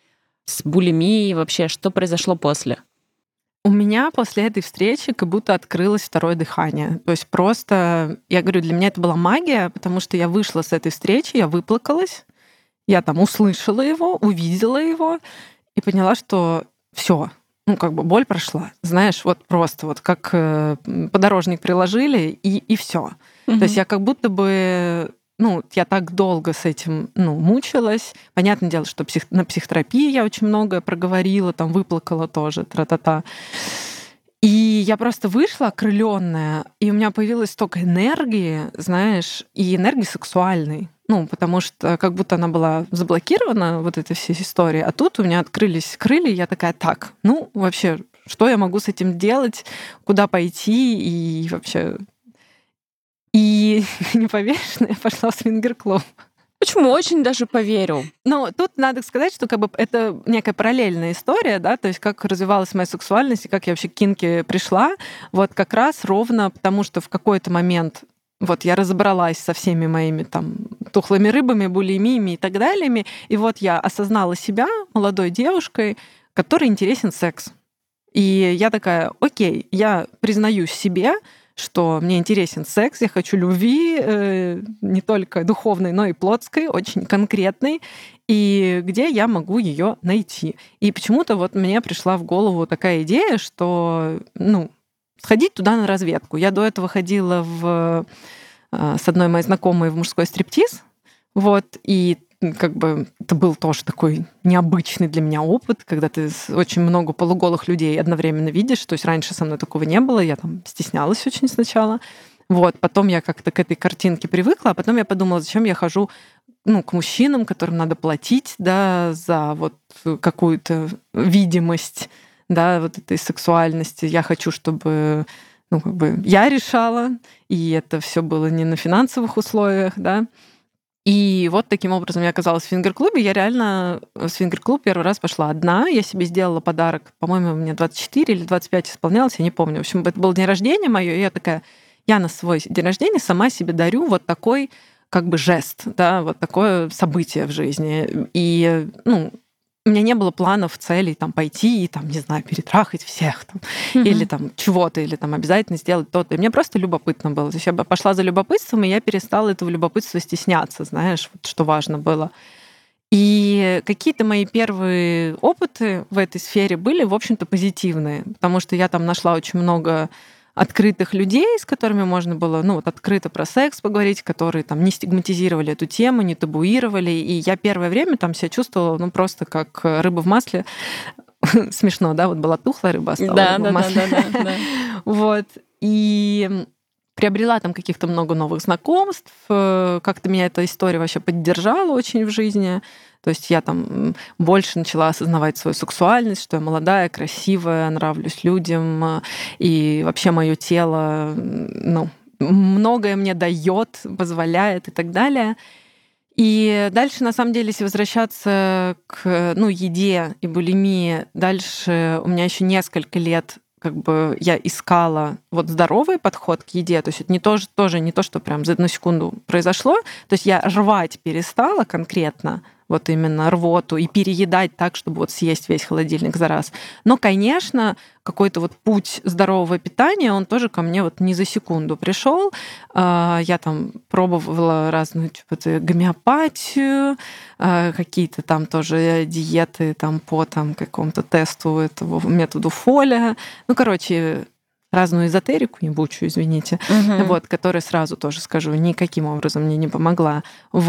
с булимией вообще? Что произошло после? У меня после этой встречи как будто открылось второе дыхание. То есть просто, я говорю, для меня это была магия, потому что я вышла с этой встречи, я выплакалась, я там услышала его, увидела его и поняла, что все, ну как бы боль прошла. Знаешь, вот просто вот как подорожник приложили и все. То есть я как будто бы... Ну, я так долго с этим, мучилась. Понятное дело, что на психотерапии я очень многое проговорила, там выплакала тоже, тра-та-та. И я просто вышла окрылённая, и у меня появилось столько энергии, знаешь, и энергии сексуальной. Потому что как будто она была заблокирована, вот этой всей историей, а тут у меня открылись крылья, и я такая: так, вообще, что я могу с этим делать, куда пойти и вообще. И не поверишь, но я пошла в свингер-клуб. Почему? Очень даже поверю. Тут надо сказать, что это некая параллельная история, да, то есть как развивалась моя сексуальность и как я вообще к кинке пришла, вот как раз ровно потому, что в какой-то момент вот я разобралась со всеми моими там тухлыми рыбами, булимиями и так далее, и вот я осознала себя молодой девушкой, которой интересен секс. И я такая: окей, я признаюсь себе, что мне интересен секс, я хочу любви, не только духовной, но и плотской, очень конкретной, и где я могу ее найти. И почему-то вот мне пришла в голову такая идея, что, сходить туда на разведку. Я до этого ходила с одной моей знакомой в мужской стриптиз, и это был тоже такой необычный для меня опыт, когда ты очень много полуголых людей одновременно видишь. То есть раньше со мной такого не было, я там стеснялась очень сначала. Потом я как-то к этой картинке привыкла, а потом я подумала, зачем я хожу к мужчинам, которым надо платить, да, за вот какую-то видимость, да, вот этой сексуальности. Я хочу, чтобы я решала, и это все было не на финансовых условиях, да. И вот таким образом я оказалась в свингер-клубе. Я реально в свингер-клуб первый раз пошла одна. Я себе сделала подарок, по-моему, мне 24 или 25 исполнялось, я не помню. В общем, это был день рождения моё, и я такая: я на свой день рождения сама себе дарю вот такой жест, да, вот такое событие в жизни. И, у меня не было планов, целей там пойти и там, не знаю, перетрахать всех там, или там чего-то, или там обязательно сделать то-то. И мне просто любопытно было. То есть я пошла за любопытством, и я перестала этого любопытства стесняться, знаешь, вот что важно было. И какие-то мои первые опыты в этой сфере были, в общем-то, позитивные, потому что я там нашла очень много открытых людей, с которыми можно было, открыто про секс поговорить, которые там не стигматизировали эту тему, не табуировали. И я первое время там себя чувствовала, просто как рыба в масле. Смешно, да? Вот была тухлая рыба, стала рыба в масле. Да. И приобрела там каких-то много новых знакомств. Как-то меня эта история вообще поддержала очень в жизни. То есть я там больше начала осознавать свою сексуальность, что я молодая, красивая, нравлюсь людям, и вообще мое тело, многое мне дает, позволяет и так далее. И дальше, на самом деле, если возвращаться к еде и булимии, дальше у меня еще несколько лет я искала здоровый подход к еде. То есть это тоже не то, что прям за одну секунду произошло. То есть я рвать перестала конкретно, именно рвоту, и переедать так, чтобы съесть весь холодильник за раз. Но, конечно, какой-то путь здорового питания, он тоже ко мне не за секунду пришел. Я там пробовала разную гомеопатию, какие-то там тоже диеты по какому-то тесту этого методу Фоля. Разную эзотерику ебучую, извините, которая, сразу тоже скажу, никаким образом мне не помогла.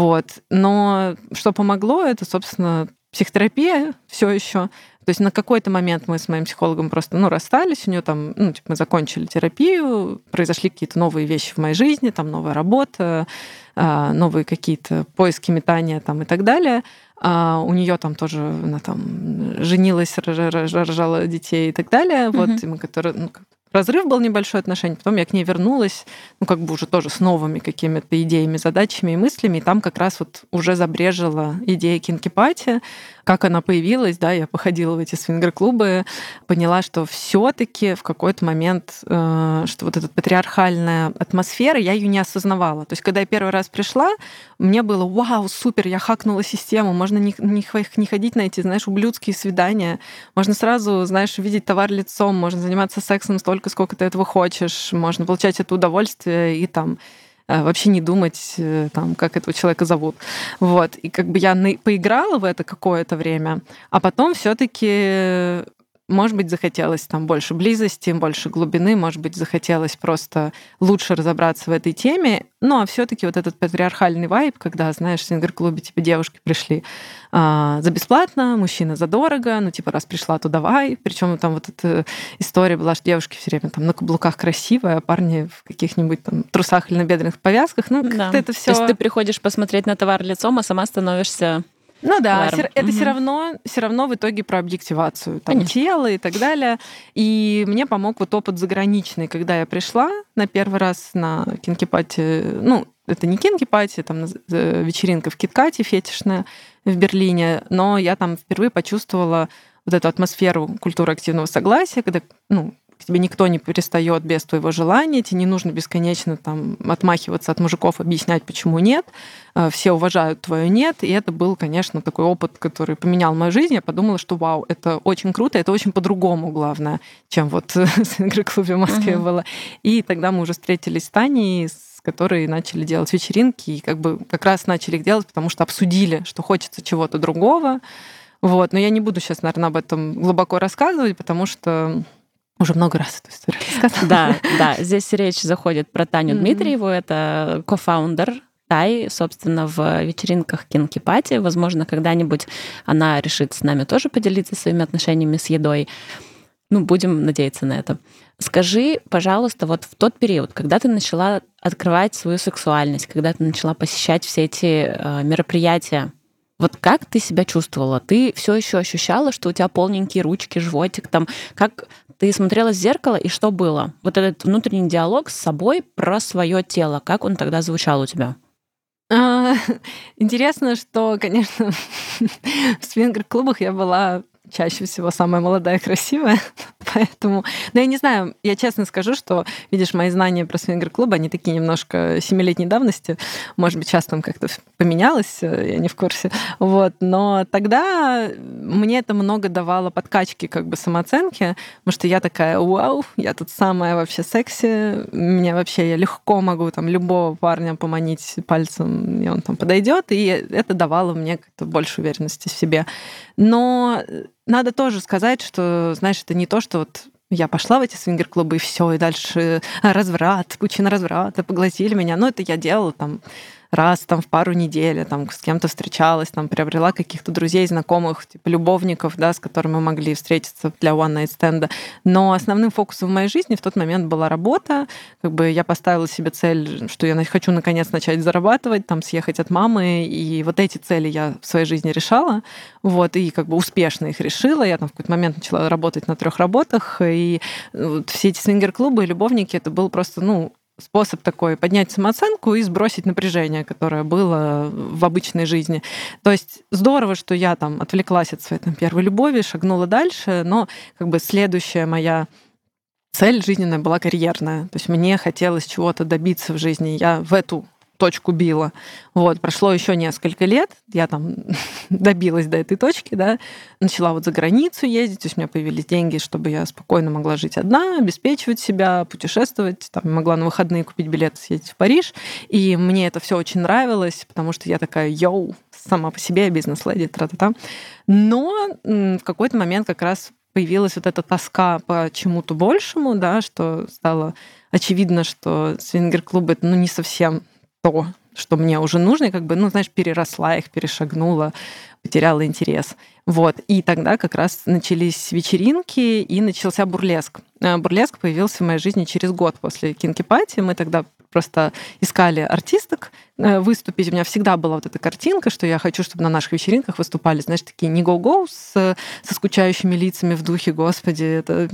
Но что помогло, это, собственно, психотерапия все еще. То есть на какой-то момент мы с моим психологом просто расстались, у нее там, мы закончили терапию, произошли какие-то новые вещи в моей жизни, там новая работа, новые какие-то поиски, метания там и так далее. У нее там тоже, она там женилась, рожала детей и так далее. И мы разрыв был небольшой отношений, потом я к ней вернулась, уже тоже с новыми какими-то идеями, задачами и мыслями, и там как раз уже забрежила идея кинки-пати. Как она появилась, да, я походила в эти свингер-клубы, поняла, что все-таки в какой-то момент, что эта патриархальная атмосфера, я ее не осознавала. То есть, когда я первый раз пришла, мне было: вау, супер, я хакнула систему, можно не ходить на эти, знаешь, ублюдские свидания, можно сразу, знаешь, видеть товар лицом, можно заниматься сексом столько, сколько ты этого хочешь, можно получать это удовольствие и там вообще не думать, там, как этого человека зовут. И я поиграла в это какое-то время, а потом все-таки может быть, захотелось там больше близости, больше глубины, может быть, захотелось просто лучше разобраться в этой теме. Ну, а все таки вот этот патриархальный вайб, когда, знаешь, в свингер-клубе типа девушки пришли за бесплатно, мужчина за дорого, ну, типа, раз пришла, то давай. Причем там вот эта история была, что девушки все время там на каблуках красивые, а парни в каких-нибудь там трусах или набедренных повязках. Ну, как-то это все. То есть ты приходишь посмотреть на товар лицом, а сама становишься... Ну да, это все равно в итоге про объективацию там, тела и так далее. И мне помог вот опыт заграничный, когда я пришла на первый раз на кинки-пати. Ну, это не кинки-пати, там вечеринка в Киткате фетишная в Берлине, но я там впервые почувствовала вот эту атмосферу культуры активного согласия, когда, ну, к тебе никто не пристает без твоего желания, тебе не нужно бесконечно там отмахиваться от мужиков, объяснять, почему нет. Все уважают твое нет. И это был, конечно, такой опыт, который поменял мою жизнь. Я подумала, что вау, это очень круто, это очень по-другому, главное, чем вот в свингер-клубе в Москве было. И тогда мы уже встретились с Таней, с которой начали делать вечеринки, и как раз начали их делать, потому что обсудили, что хочется чего-то другого. Вот. Но я не буду сейчас, наверное, об этом глубоко рассказывать, потому что уже много раз эту историю рассказала. Да. Здесь речь заходит про Таню Дмитриеву. Это кофаундер Тай, собственно, в вечеринках кинки-пати. Возможно, когда-нибудь она решит с нами тоже поделиться своими отношениями с едой. Ну, будем надеяться на это. Скажи, пожалуйста, вот в тот период, когда ты начала открывать свою сексуальность, когда ты начала посещать все эти мероприятия, вот как ты себя чувствовала? Ты все еще ощущала, что у тебя полненькие ручки, животик там? Как ты смотрела в зеркало, и что было? Вот этот внутренний диалог с собой про свое тело, как он тогда звучал у тебя? Интересно, что, конечно, в свингер-клубах я была чаще всего самая молодая и красивая, поэтому... Но я не знаю, я честно скажу, что, видишь, мои знания про свингер-клубы, они такие немножко 7-летней давности. Может быть, сейчас там как-то поменялось, я не в курсе. Вот. Но тогда мне это много давало подкачки как бы самооценки, потому что я такая, вау, я тут самая вообще секси, меня вообще, я легко могу там любого парня поманить пальцем, и он там подойдет, и это давало мне как-то больше уверенности в себе. Но надо тоже сказать, что, знаешь, это не то, что вот я пошла в эти свингер-клубы, и все, и дальше разврат, пучина разврата, поглотили меня. Ну, это я делала там раз там в пару недель, там с кем-то встречалась, там приобрела каких-то друзей, знакомых, типа любовников, да, с которыми мы могли встретиться для one-night stand. Но основным фокусом в моей жизни в тот момент была работа. Как бы я поставила себе цель, что я хочу наконец начать зарабатывать, там съехать от мамы, и вот эти цели я в своей жизни решала, вот, и как бы успешно их решила. Я там в какой-то момент начала работать на 3 работах, и вот все эти свингер-клубы и любовники, это был просто, ну, способ такой поднять самооценку и сбросить напряжение, которое было в обычной жизни. То есть здорово, что я там отвлеклась от своей там первой любови, шагнула дальше, но как бы следующая моя цель жизненная была карьерная. То есть мне хотелось чего-то добиться в жизни. Я в эту точку била. Вот, прошло еще несколько лет, я там добилась до этой точки, да, начала вот за границу ездить, то есть у меня появились деньги, чтобы я спокойно могла жить одна, обеспечивать себя, путешествовать, там, могла на выходные купить билет, съездить в Париж, и мне это все очень нравилось, потому что я такая, йоу, сама по себе бизнес-леди, тра-та-та. Но в какой-то момент как раз появилась вот эта тоска по чему-то большему, да, что стало очевидно, что свингер-клубы — это, ну, не совсем то, что мне уже нужно, и как бы, ну, знаешь, переросла их, перешагнула, потеряла интерес. Вот. И тогда как раз начались вечеринки, и начался бурлеск. Бурлеск появился в моей жизни через год после кинки-пати. Мы тогда просто искали артисток выступить. У меня всегда была вот эта картинка, что я хочу, чтобы на наших вечеринках выступали, знаешь, такие не go-go со скучающими лицами в духе, господи, это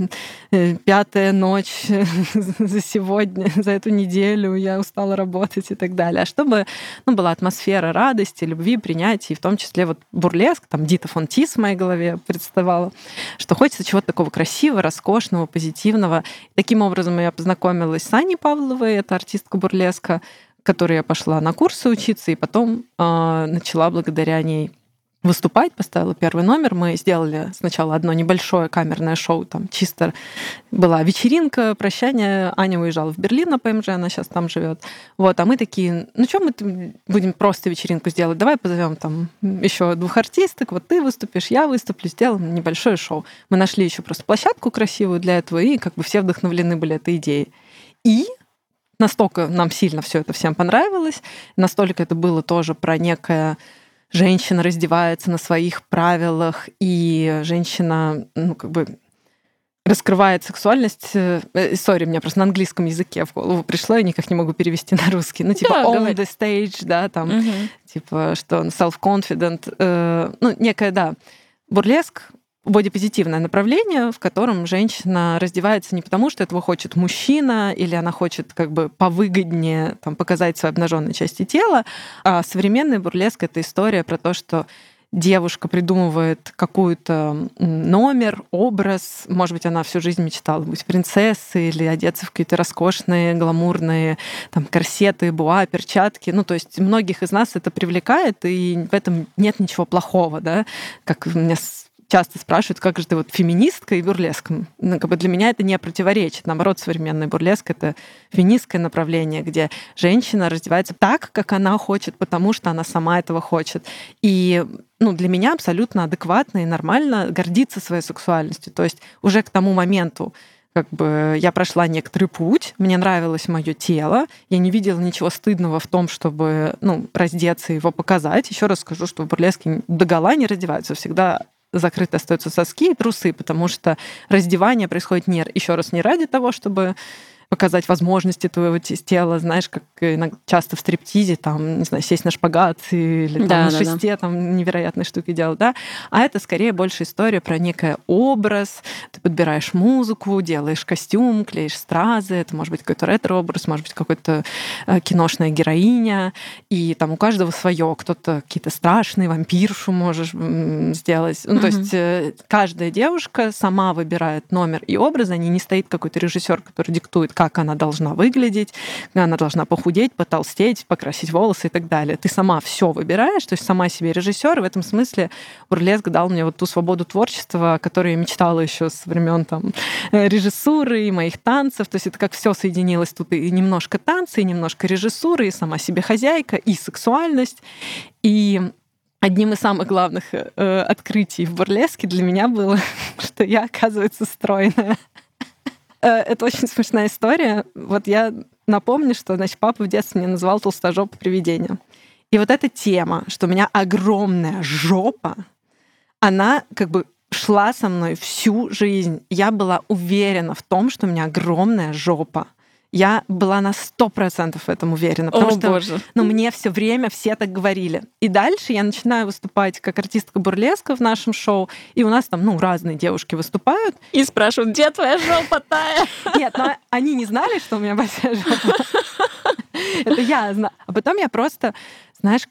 5-я ночь за сегодня, за эту неделю, я устала работать и так далее. А чтобы, ну, была атмосфера радости, любви, принятия, и в том числе вот бурлеск, там Дита фон Тис в моей голове представала, что хочется чего-то такого красивого, роскошного, позитивного. Таким образом я познакомилась с Аней Павловой, это артистка бурлеска, к которой я пошла на курсы учиться, и потом начала благодаря ней выступать, поставила первый номер. Мы сделали сначала одно небольшое камерное шоу, там чисто была вечеринка, прощание. Аня уезжала в Берлин на ПМЖ, она сейчас там живет. Вот, а мы такие, ну что мы будем просто вечеринку сделать? Давай позовем там еще 2 артисток, вот ты выступишь, я выступлю, сделаем небольшое шоу. Мы нашли еще просто площадку красивую для этого, и как бы все вдохновлены были этой идеей. И настолько нам сильно все это всем понравилось, настолько это было тоже про некое женщина раздевается на своих правилах, и женщина, ну, как бы раскрывает сексуальность. Сори, мне просто на английском языке в голову пришло, я никак не могу перевести на русский. Ну, типа on the stage, да, там, типа, что self-confident. Ну, некое, да, бурлеск, бодипозитивное направление, в котором женщина раздевается не потому, что этого хочет мужчина, или она хочет как бы повыгоднее там, показать свои обнаженные части тела, а современный бурлеск — это история про то, что девушка придумывает какой-то номер, образ. Может быть, она всю жизнь мечтала быть принцессой или одеться в какие-то роскошные, гламурные там, корсеты, буа, перчатки. Ну, то есть многих из нас это привлекает, и в этом нет ничего плохого, да, как меня часто спрашивают, как же ты вот феминистка и бурлеск. Ну, как бы для меня это не противоречит. Наоборот, современный бурлеск — это феминистское направление, где женщина раздевается так, как она хочет, потому что она сама этого хочет. И ну, для меня абсолютно адекватно и нормально гордиться своей сексуальностью. То есть уже к тому моменту, как бы я прошла некоторый путь, мне нравилось мое тело, я не видела ничего стыдного в том, чтобы раздеться и его показать. Еще раз скажу, что в бурлеске догола не раздеваются, всегда закрыты остаются соски и трусы, потому что раздевание происходит еще раз не ради того, чтобы показать возможности твоего тела, знаешь, как часто в стриптизе, там, не знаю, сесть на шпагат или на шесте, там, невероятные штуки делать, да, а это скорее больше история про некий образ, ты подбираешь музыку, делаешь костюм, клеишь стразы, это может быть какой-то ретро-образ, может быть какой-то киношная героиня, и там у каждого свое, кто-то какие-то страшные, вампиршу можешь сделать, ну, то есть каждая девушка сама выбирает номер и образ, а не стоит какой-то режиссер, который диктует, как она должна выглядеть, она должна похудеть, потолстеть, покрасить волосы и так далее. Ты сама все выбираешь, то есть сама себе режиссер. И в этом смысле бурлеск дал мне вот ту свободу творчества, о которой я мечтала еще с времен там режиссуры и моих танцев. То есть это как все соединилось тут и немножко танцы, и немножко режиссуры, и сама себе хозяйка, и сексуальность. И одним из самых главных открытий в бурлеске для меня было, что я, оказывается, стройная. Это очень смешная история. Вот я напомню, что, значит, папа в детстве меня называл толстожопой привидением. И вот эта тема, что у меня огромная жопа, она как бы шла со мной всю жизнь. Я была уверена в том, что у меня огромная жопа. Я была на 100% в этом уверена, потому что мне все время все так говорили. И дальше я начинаю выступать как артистка бурлеска в нашем шоу, и у нас там разные девушки выступают. И спрашивают, где твоя жопа, Тая? Нет, но они не знали, что у меня большая жопа. Это я знаю. А потом я просто, знаешь,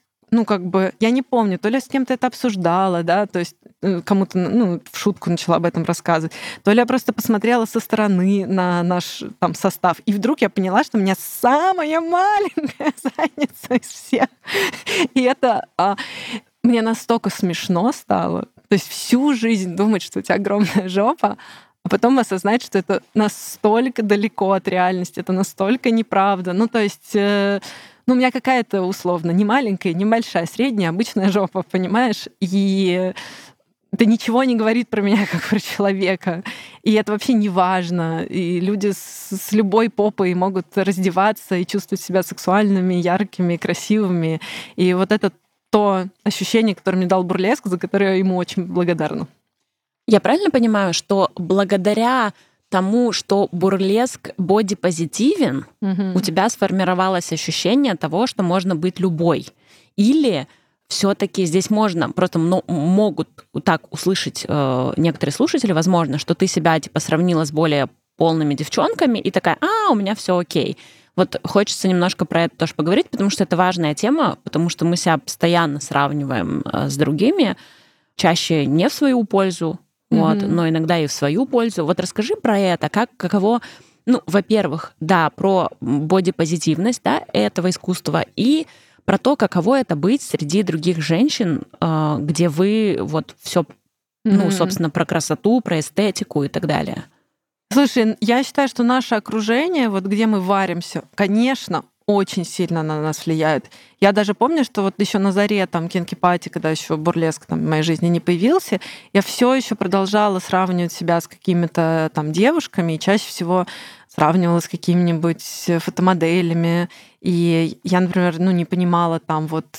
я не помню, то ли я с кем-то это обсуждала, да, то есть кому-то, в шутку начала об этом рассказывать, то ли я просто посмотрела со стороны на наш там состав, и вдруг я поняла, что у меня самая маленькая задница из всех. И это мне настолько смешно стало. То есть всю жизнь думать, что у тебя огромная жопа, а потом осознать, что это настолько далеко от реальности, это настолько неправда. То есть у меня какая-то условно не маленькая, не большая, средняя, обычная жопа, понимаешь? И это ничего не говорит про меня как про человека. И это вообще не важно. И люди с любой попой могут раздеваться и чувствовать себя сексуальными, яркими, красивыми. И вот это то ощущение, которое мне дал бурлеск, за которое я ему очень благодарна. Я правильно понимаю, что благодаря тому, что бурлеск бодипозитивен, у тебя сформировалось ощущение того, что можно быть любой? Или все-таки здесь можно, просто могут так услышать некоторые слушатели, возможно, что ты себя сравнила с более полными девчонками и такая, у меня все окей. Вот хочется немножко про это тоже поговорить, потому что это важная тема, потому что мы себя постоянно сравниваем с другими, чаще не в свою пользу, но иногда и в свою пользу. Вот расскажи про это, каково, во-первых, да, про бодипозитивность, да, этого искусства, и про то, каково это быть среди других женщин, где вы вот все, ну, собственно, про красоту, про эстетику и так далее. Слушай, я считаю, что наше окружение, вот где мы варимся, конечно, очень сильно на нас влияет. Я даже помню, что вот еще на заре там кинки-пати, когда еще бурлеск там в моей жизни не появился, я все еще продолжала сравнивать себя с какими-то там девушками, и чаще всего сравнивала с какими-нибудь фотомоделями. И я, например, не понимала там вот,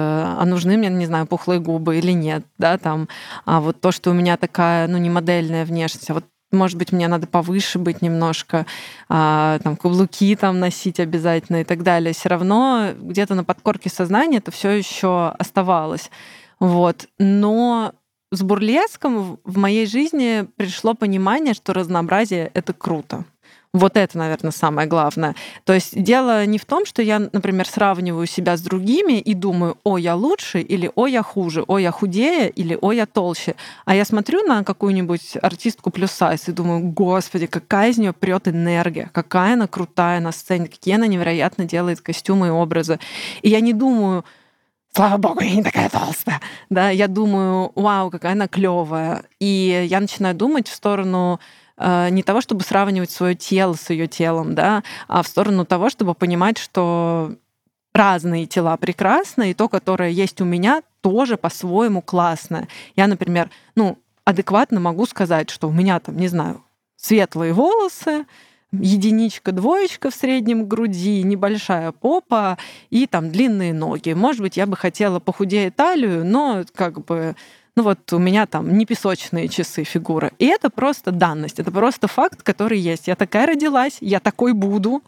а нужны мне, не знаю, пухлые губы или нет, да, там, а вот то, что у меня такая, не модельная внешность, а вот может быть, мне надо повыше быть немножко, там, каблуки там носить обязательно и так далее. Все равно где-то на подкорке сознания это все еще оставалось. Вот. Но с бурлеском в моей жизни пришло понимание, что разнообразие — это круто. Вот это, наверное, самое главное. То есть дело не в том, что я, например, сравниваю себя с другими и думаю, о, я лучше, или о, я хуже, о, я худее, или о, я толще. А я смотрю на какую-нибудь артистку плюс сайз и думаю, господи, какая из нее прет энергия, какая она крутая на сцене, какие она невероятно делает костюмы и образы. И я не думаю, слава богу, я не такая толстая. Да, я думаю, вау, какая она клевая. И я начинаю думать в сторону не того, чтобы сравнивать свое тело с ее телом, да, а в сторону того, чтобы понимать, что разные тела прекрасны, и то, которое есть у меня, тоже по-своему классное. Я, например, адекватно могу сказать, что у меня там, не знаю, светлые волосы, единичка, двоечка в среднем груди, небольшая попа и там длинные ноги. Может быть, я бы хотела похудее талию, но как бы у меня там не песочные часы фигуры. И это просто данность, это просто факт, который есть. Я такая родилась, я такой буду.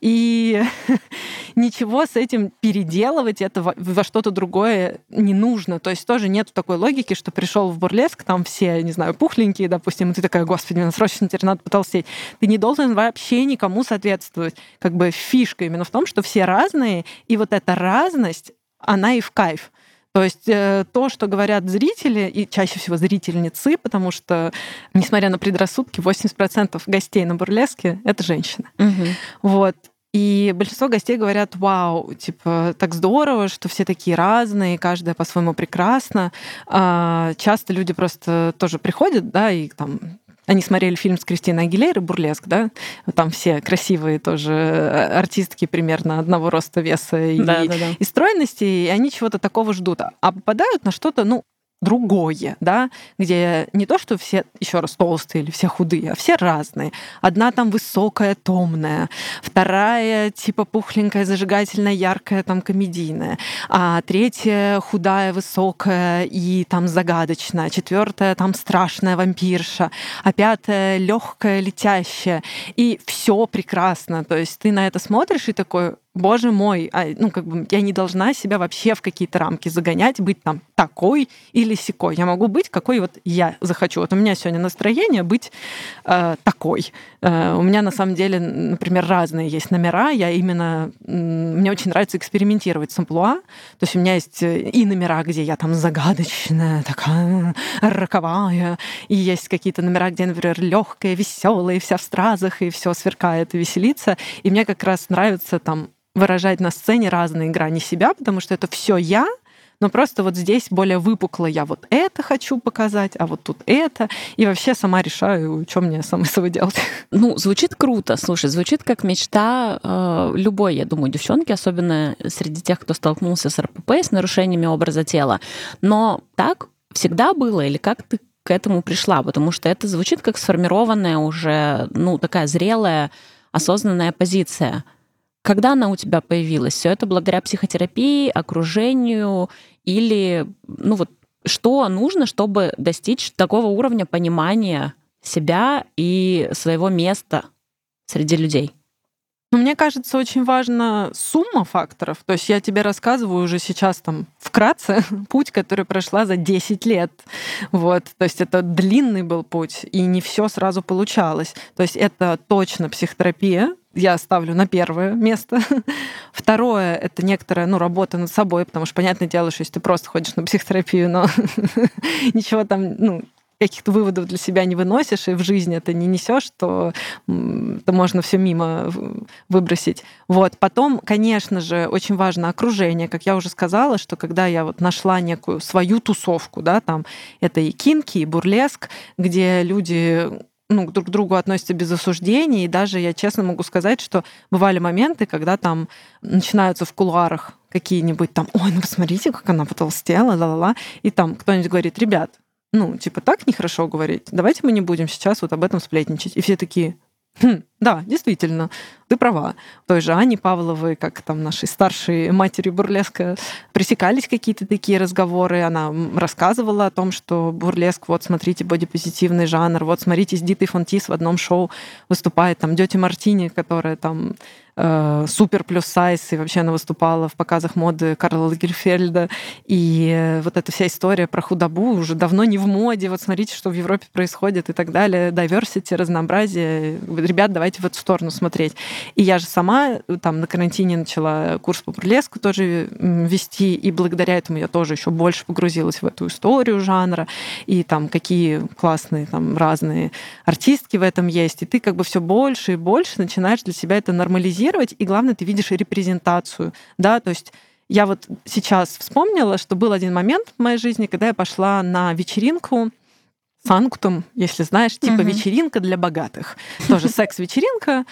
И ничего с этим переделывать это во что-то другое не нужно. То есть тоже нет такой логики, что пришел в бурлеск, там все, не знаю, пухленькие, допустим, и ты такая, господи, мне срочно теперь надо потолстеть. Ты не должен вообще никому соответствовать. Как бы фишка именно в том, что все разные, и вот эта разность, она и в кайф. То есть то, что говорят зрители, и чаще всего зрительницы, потому что, несмотря на предрассудки, 80% гостей на бурлеске — это женщины. Угу. Вот. И большинство гостей говорят, вау, типа, так здорово, что все такие разные, каждая по-своему прекрасна. Часто люди просто тоже приходят, да, и там они смотрели фильм с Кристиной Агилерой «Бурлеск», да? Там все красивые тоже артистки примерно одного роста, веса и стройности, и они чего-то такого ждут. А попадают на что-то, другое, да, где не то, что все, еще раз, толстые или все худые, а все разные. Одна там высокая, томная, вторая типа пухленькая, зажигательная, яркая, там комедийная, а третья худая, высокая и там загадочная, четвертая там страшная вампирша, а пятая легкая, летящая. И все прекрасно. То есть ты на это смотришь и такой, боже мой, я не должна себя вообще в какие-то рамки загонять, быть там такой или сякой. Я могу быть, какой вот я захочу. Вот у меня сегодня настроение быть такой. У меня на самом деле, например, разные есть номера. Мне очень нравится экспериментировать с амплуа. То есть у меня есть и номера, где я там загадочная, такая роковая, и есть какие-то номера, где, например, легкая, веселая, вся в стразах, и все сверкает и веселится. И мне как раз нравится там выражать на сцене разные грани себя, потому что это все я, но просто вот здесь более выпукло я вот это хочу показать, а вот тут это. И вообще сама решаю, что мне самой собой делать. Звучит круто. Слушай, звучит как мечта любой, я думаю, девчонки, особенно среди тех, кто столкнулся с РПП, с нарушениями образа тела. Но так всегда было или как ты к этому пришла? Потому что это звучит как сформированная уже, такая зрелая, осознанная позиция. Когда она у тебя появилась? Все это благодаря психотерапии, окружению или, что нужно, чтобы достичь такого уровня понимания себя и своего места среди людей? Мне кажется, очень важна сумма факторов. То есть я тебе рассказываю уже сейчас там вкратце путь, который прошла за 10 лет. Вот. То есть это длинный был путь, и не все сразу получалось. То есть это точно психотерапия, я ставлю на первое место. Второе — это некоторая работа над собой, потому что, понятное дело, что если ты просто ходишь на психотерапию, но ничего там каких-то выводов для себя не выносишь, и в жизни это не несешь, то это можно все мимо выбросить. Вот. Потом, конечно же, очень важно окружение. Как я уже сказала, что когда я вот нашла некую свою тусовку, да, там это и кинки, и бурлеск, где люди друг к другу относятся без осуждений. И даже я честно могу сказать, что бывали моменты, когда там начинаются в кулуарах какие-нибудь там, ой, ну посмотрите, как она потолстела, ла-ла-ла. И там кто-нибудь говорит, ребят, так нехорошо говорить, давайте мы не будем сейчас вот об этом сплетничать. И все такие, да, действительно, ты права. Той же Ане Павловой, как там нашей старшей матери бурлеска, пресекались какие-то такие разговоры. Она рассказывала о том, что бурлеск, вот смотрите, бодипозитивный жанр, вот смотрите, с Дитой Фон Тис в одном шоу выступает там Дёти Мартини, которая там супер плюс сайз, и вообще она выступала в показах моды Карла Лагерфельда. И вот эта вся история про худобу уже давно не в моде. Вот смотрите, что в Европе происходит и так далее. Diversity, разнообразие. Ребят, давайте в эту сторону смотреть. И я же сама там на карантине начала курс по бурлеску тоже вести, и благодаря этому я тоже еще больше погрузилась в эту историю жанра, и там какие классные там разные артистки в этом есть. И ты как бы все больше и больше начинаешь для себя это нормализировать, и главное, ты видишь репрезентацию, да, то есть я вот сейчас вспомнила, что был один момент в моей жизни, когда я пошла на вечеринку Санктум, если знаешь, типа вечеринка для богатых. Тоже секс-вечеринка,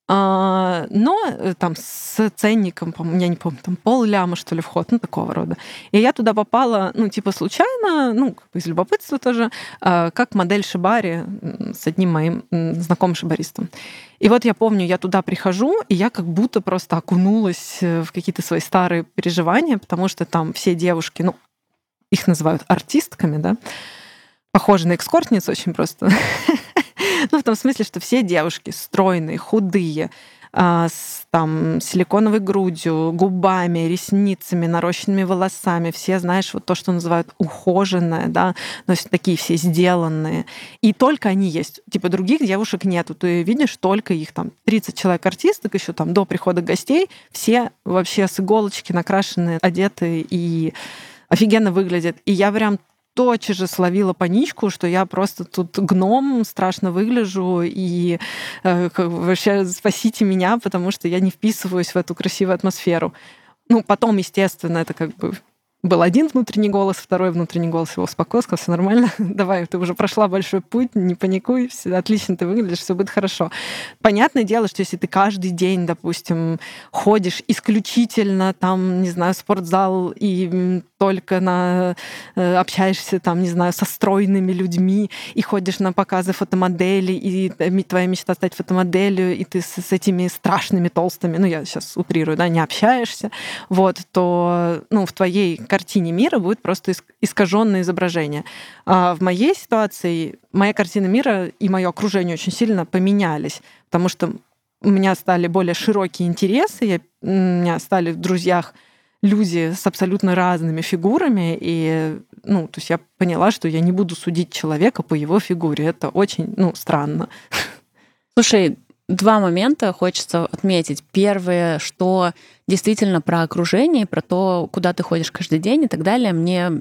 но там с ценником, я не помню, там 500 что ли, вход, такого рода. И я туда попала, случайно, из любопытства тоже, как модель шибари с одним моим знакомым шибаристом. И вот я помню, я туда прихожу, и я как будто просто окунулась в какие-то свои старые переживания, потому что там все девушки, их называют артистками, да, похожи на эскортниц очень просто. В том смысле, что все девушки стройные, худые, с силиконовой грудью, губами, ресницами, нарощенными волосами. Все, знаешь, вот то, что называют ухоженное, да, то есть такие все сделанные. И только они есть. Типа других девушек нету. Ты видишь только их 30 человек артисток еще до прихода гостей. Все вообще с иголочки накрашенные, одеты и офигенно выглядят. И я прям тотчас же словила паничку, что я просто тут гном, страшно выгляжу, и вообще спасите меня, потому что я не вписываюсь в эту красивую атмосферу. Потом, естественно, это как бы был один внутренний голос, второй внутренний голос его успокоил, сказал, все нормально, давай, ты уже прошла большой путь, не паникуй, отлично ты выглядишь, все будет хорошо. Понятное дело, что если ты каждый день, допустим, ходишь исключительно в спортзал и только общаешься со стройными людьми и ходишь на показы фотомоделей, и твоя мечта стать фотомоделью, и ты с этими страшными толстыми, я сейчас утрирую, да, не общаешься, то в твоей картине мира будет просто искаженное изображение. А в моей ситуации моя картина мира и мое окружение очень сильно поменялись, потому что у меня стали более широкие интересы, у меня стали в друзьях люди с абсолютно разными фигурами, и то есть я поняла, что я не буду судить человека по его фигуре. Это очень странно. Слушай, 2 момента хочется отметить. Первое, что действительно про окружение, про то, куда ты ходишь каждый день и так далее. Мне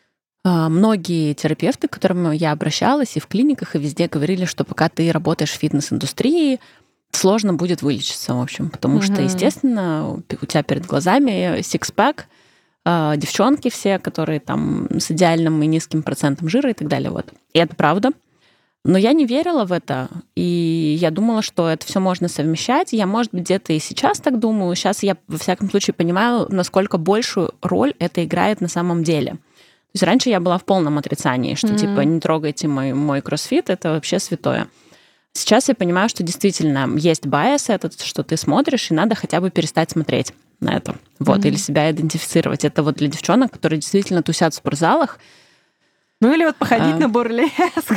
многие терапевты, к которым я обращалась и в клиниках, и везде говорили, что пока ты работаешь в фитнес-индустрии, сложно будет вылечиться, в общем, потому что, естественно, у тебя перед глазами сикспэк, девчонки все, которые с идеальным и низким процентом жира и так далее. Вот. И это правда. Но я не верила в это, и я думала, что это все можно совмещать. Я, может быть, где-то и сейчас так думаю. Сейчас я, во всяком случае, понимаю, насколько большую роль это играет на самом деле. То есть раньше я была в полном отрицании, что не трогайте мой кроссфит, это вообще святое. Сейчас я понимаю, что действительно есть байс этот, что ты смотришь, и надо хотя бы перестать смотреть на это. Или себя идентифицировать. Это для девчонок, которые действительно тусят в спортзалах. Или походить на бурлеск.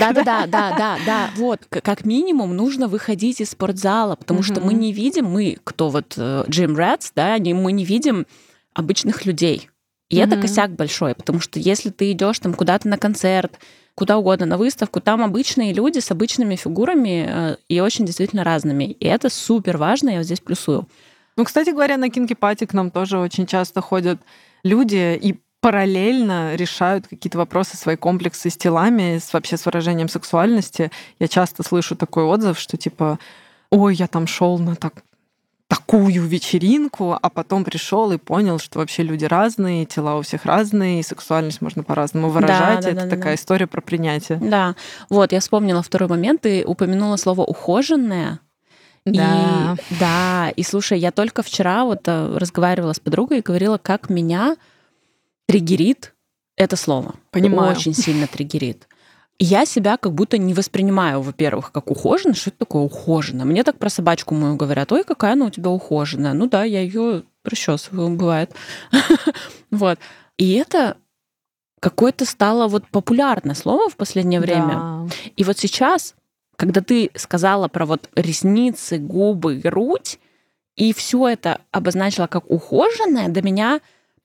Да. Как минимум нужно выходить из спортзала, потому что мы не видим, кто gym rats, да, мы не видим обычных людей. И это косяк большой, потому что если ты идешь куда-то на концерт, куда угодно, на выставку, там обычные люди с обычными фигурами и очень действительно разными. И это супер важно, я здесь плюсую. Кстати говоря, на кинки-пати к нам тоже очень часто ходят люди, и параллельно решают какие-то вопросы, свои комплексы с телами, вообще с выражением сексуальности. Я часто слышу такой отзыв, что типа, ой, я там шел на такую вечеринку, а потом пришел и понял, что вообще люди разные, тела у всех разные, и сексуальность можно по-разному выражать. Это такая история про принятие. Да. Вот, я вспомнила второй момент. Ты упомянула слово «ухоженное». Да. И слушай, я только вчера разговаривала с подругой и говорила, как меня триггерит это слово. Понимаю. Очень сильно триггерит. Я себя как будто не воспринимаю, во-первых, как ухоженная. Что это такое ухоженная? Мне так про собачку мою говорят: ой, какая она у тебя ухоженная. Ну да, я ее причесываю, бывает. Вот. И это какое-то стало популярное слово в последнее время. И вот сейчас, когда ты сказала про ресницы, губы, грудь, и все это обозначила как ухоженное, до меня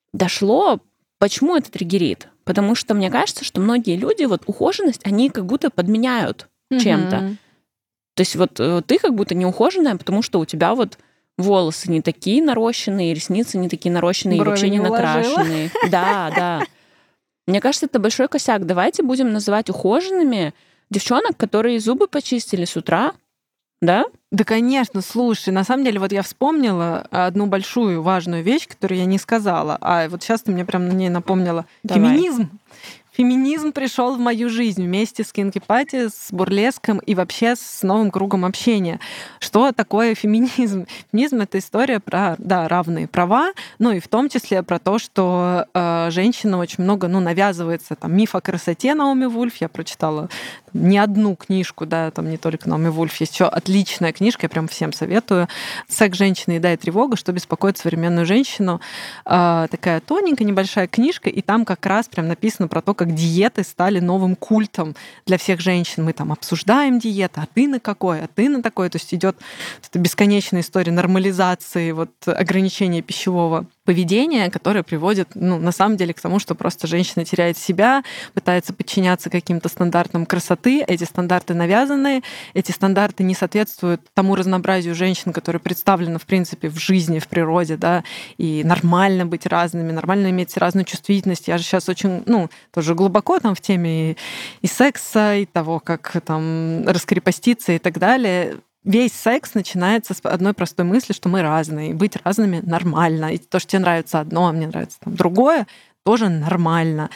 дошло, почему это триггерит. Потому что мне кажется, что многие люди ухоженность, они как будто подменяют чем-то. То есть ты как будто не ухоженная, потому что у тебя волосы не такие нарощенные, ресницы не такие нарощенные, брови и вообще не наложила. накрашенные. Да. Мне кажется, это большой косяк. Давайте будем называть ухоженными девчонок, которые зубы почистили с утра, да? Да, конечно, слушай, на самом деле я вспомнила одну большую важную вещь, которую я не сказала, а сейчас ты мне прям на ней напомнила. Давай. Феминизм. Феминизм пришел в мою жизнь вместе с Кинки Пати, с бурлеском и вообще с новым кругом общения. Что такое феминизм? Феминизм — это история про, равные права, и в том числе про то, что женщина очень много, навязывается, миф о красоте Наоми Вульф. Я прочитала не одну книжку, не только Наоми Вульф, есть еще отличная книжка, я прям всем советую. «Секс, женщина, еда и тревога. Что беспокоит современную женщину». Такая тоненькая, небольшая книжка, и там как раз прям написано про то, как диеты стали новым культом для всех женщин. Мы обсуждаем диеты, а ты на какой, а ты на такой. То есть идет эта бесконечная история нормализации ограничения пищевого поведения, которое приводит, на самом деле, к тому, что просто женщина теряет себя, пытается подчиняться каким-то стандартам красоты. Эти стандарты навязаны, эти стандарты не соответствуют тому разнообразию женщин, которые представлены, в принципе, в жизни, в природе, и нормально быть разными, нормально иметь разную чувствительность. Я же сейчас очень, тоже глубоко в теме и секса, и того, как раскрепоститься и так далее. Весь секс начинается с одной простой мысли, что мы разные, и быть разными нормально. И то, что тебе нравится одно, а мне нравится другое, тоже нормально.